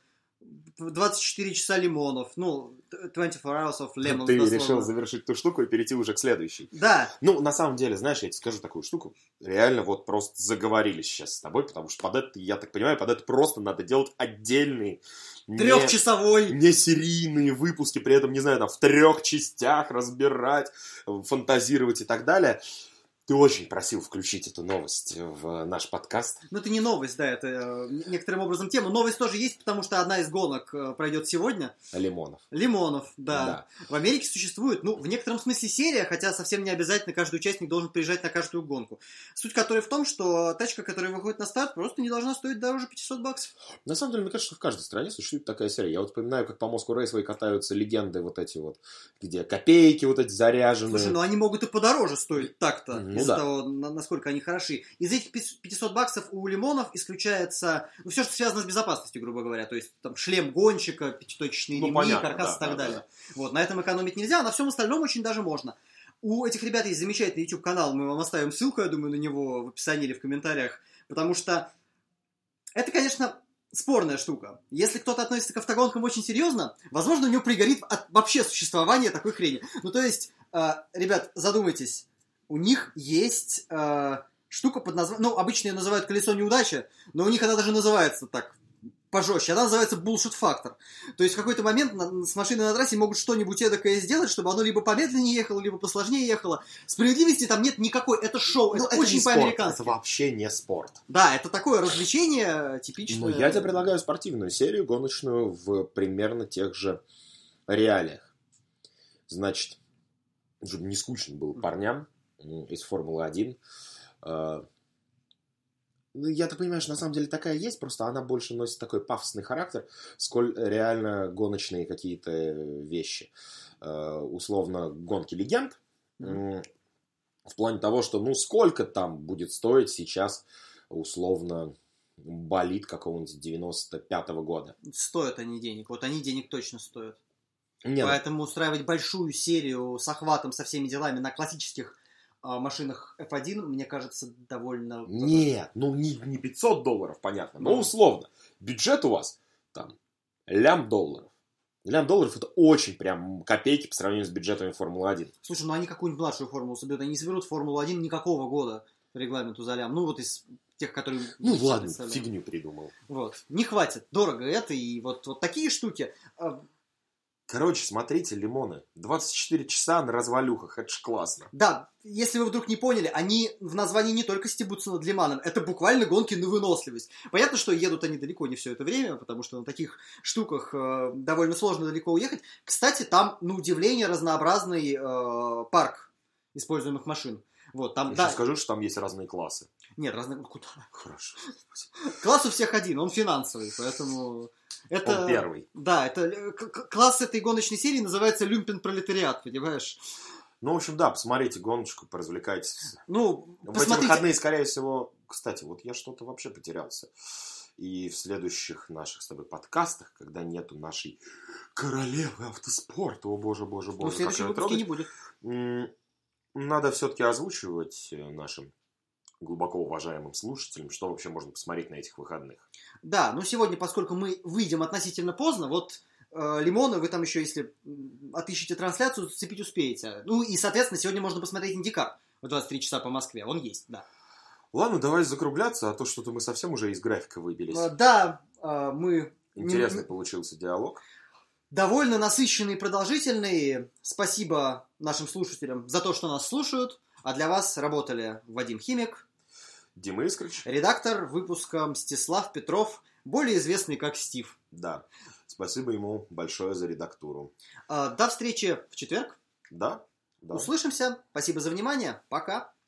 24 часа лимонов. Ну, 24 hours of lemons. Ты решил завершить ту штуку и перейти уже к следующей. Да. Ну, на самом деле, знаешь, я тебе скажу такую штуку. Реально вот просто заговорили сейчас с тобой, потому что под это, я так понимаю, под это просто надо делать отдельные... Трехчасовой. Не серийные выпуски, при этом, не знаю, там в 3 частях разбирать, фантазировать и так далее. Ты очень просил включить эту новость в наш подкаст. Ну, это не новость, да, это некоторым образом тема. Новость тоже есть, потому что одна из гонок пройдет сегодня. Лимонов, да. В Америке существует, ну, в некотором смысле серия, хотя совсем не обязательно каждый участник должен приезжать на каждую гонку. Суть которой в том, что тачка, которая выходит на старт, просто не должна стоить дороже $500. На самом деле, мне кажется, что в каждой стране существует такая серия. Я вот вспоминаю, как по Moscow Raceway катаются легенды вот эти вот, где копейки вот эти заряженные. Слушай, ну они могут и подороже стоить так-то. Ну, из-за того, насколько они хороши. Из этих $500 у лимонов исключается, ну, все, что связано с безопасностью, грубо говоря. То есть, там, шлем гонщика, пятиточечные ремни, каркас и так далее. Вот, на этом экономить нельзя, а на всем остальном очень даже можно. У этих ребят есть замечательный YouTube-канал, мы вам оставим ссылку, я думаю, на него в описании или в комментариях, потому что это, конечно, спорная штука. Если кто-то относится к автогонкам очень серьезно, возможно, у него пригорит от вообще существования такой хрени. Ну, то есть, ребят, задумайтесь, у них есть штука под названием... Ну, обычно ее называют колесо неудачи, но у них она даже называется так пожестче. Она называется bullshit factor. То есть в какой-то момент с машиной на трассе могут что-нибудь эдакое сделать, чтобы оно либо помедленнее ехало, либо посложнее ехало. Справедливости там нет никакой. Это шоу. Ну, это очень по-американски. Это вообще не спорт. Да, это такое развлечение типичное. Но я тебе предлагаю спортивную серию, гоночную, в примерно тех же реалиях. Значит, чтобы не скучно было парням из Формулы-1. Ну, я так понимаю, что на самом деле такая есть, просто она больше носит такой пафосный характер, сколь реально гоночные какие-то вещи. Условно, гонки легенд. В плане того, что, ну, сколько там будет стоить сейчас, условно, болид какого-нибудь 95-го года. Стоят они денег. Вот они денег точно стоят. Нет. Поэтому устраивать большую серию с охватом, со всеми делами на классических машинах F1, мне кажется, довольно... Нет, ну не $500, понятно, но условно. Бюджет у вас там $1 000 $1 000 это очень прям копейки по сравнению с бюджетами Формулы-1. Слушай, ну они какую-нибудь младшую формулу соберут, они не соберут Формулу-1 никакого года по регламенту за лям. Ну вот из тех, которые... Ну ладно, фигню придумал. Вот, не хватит, дорого это, и вот такие штуки... Короче, смотрите, лимоны. 24 часа на развалюхах. Это ж классно. Да, если вы вдруг не поняли, они в названии не только стебутся над лиманом, это буквально гонки на выносливость. Понятно, что едут они далеко не все это время, потому что на таких штуках довольно сложно далеко уехать. Кстати, там, на удивление, разнообразный парк используемых машин. Вот, там, Я еще скажу, что там есть разные классы. Нет, разные... Куда? Хорошо. Класс у всех один, он финансовый, поэтому... Это... Он первый. Да, это... Класс этой гоночной серии называется люмпен-пролетариат, понимаешь? Ну, в общем, да, посмотрите гоночку, поразвлекайтесь. Ну, в эти выходные, скорее всего... Кстати, вот я что-то вообще потерялся. И в следующих наших с тобой подкастах, когда нету нашей королевы автоспорта, о боже, боже, боже. Ну, в следующем выпуске не будет. Надо все-таки озвучивать нашим глубоко уважаемым слушателям, что вообще можно посмотреть на этих выходных. Да, но сегодня, поскольку мы выйдем относительно поздно, вот Лимона, вы там еще, если отыщете трансляцию, зацепить успеете. Ну и, соответственно, сегодня можно посмотреть Индикар в 23 часа по Москве. Он есть, да. Ладно, давай закругляться, а то что-то мы совсем уже из графика выбились. Да, мы... Интересный получился диалог. Довольно насыщенный и продолжительный. Спасибо нашим слушателям за то, что нас слушают. А для вас работали Вадим Химик, Дима Искрыч, редактор выпуска Мстислав Петров, более известный как Стив. Да, спасибо ему большое за редактуру. До встречи в четверг. Да. Услышимся. Спасибо за внимание. Пока.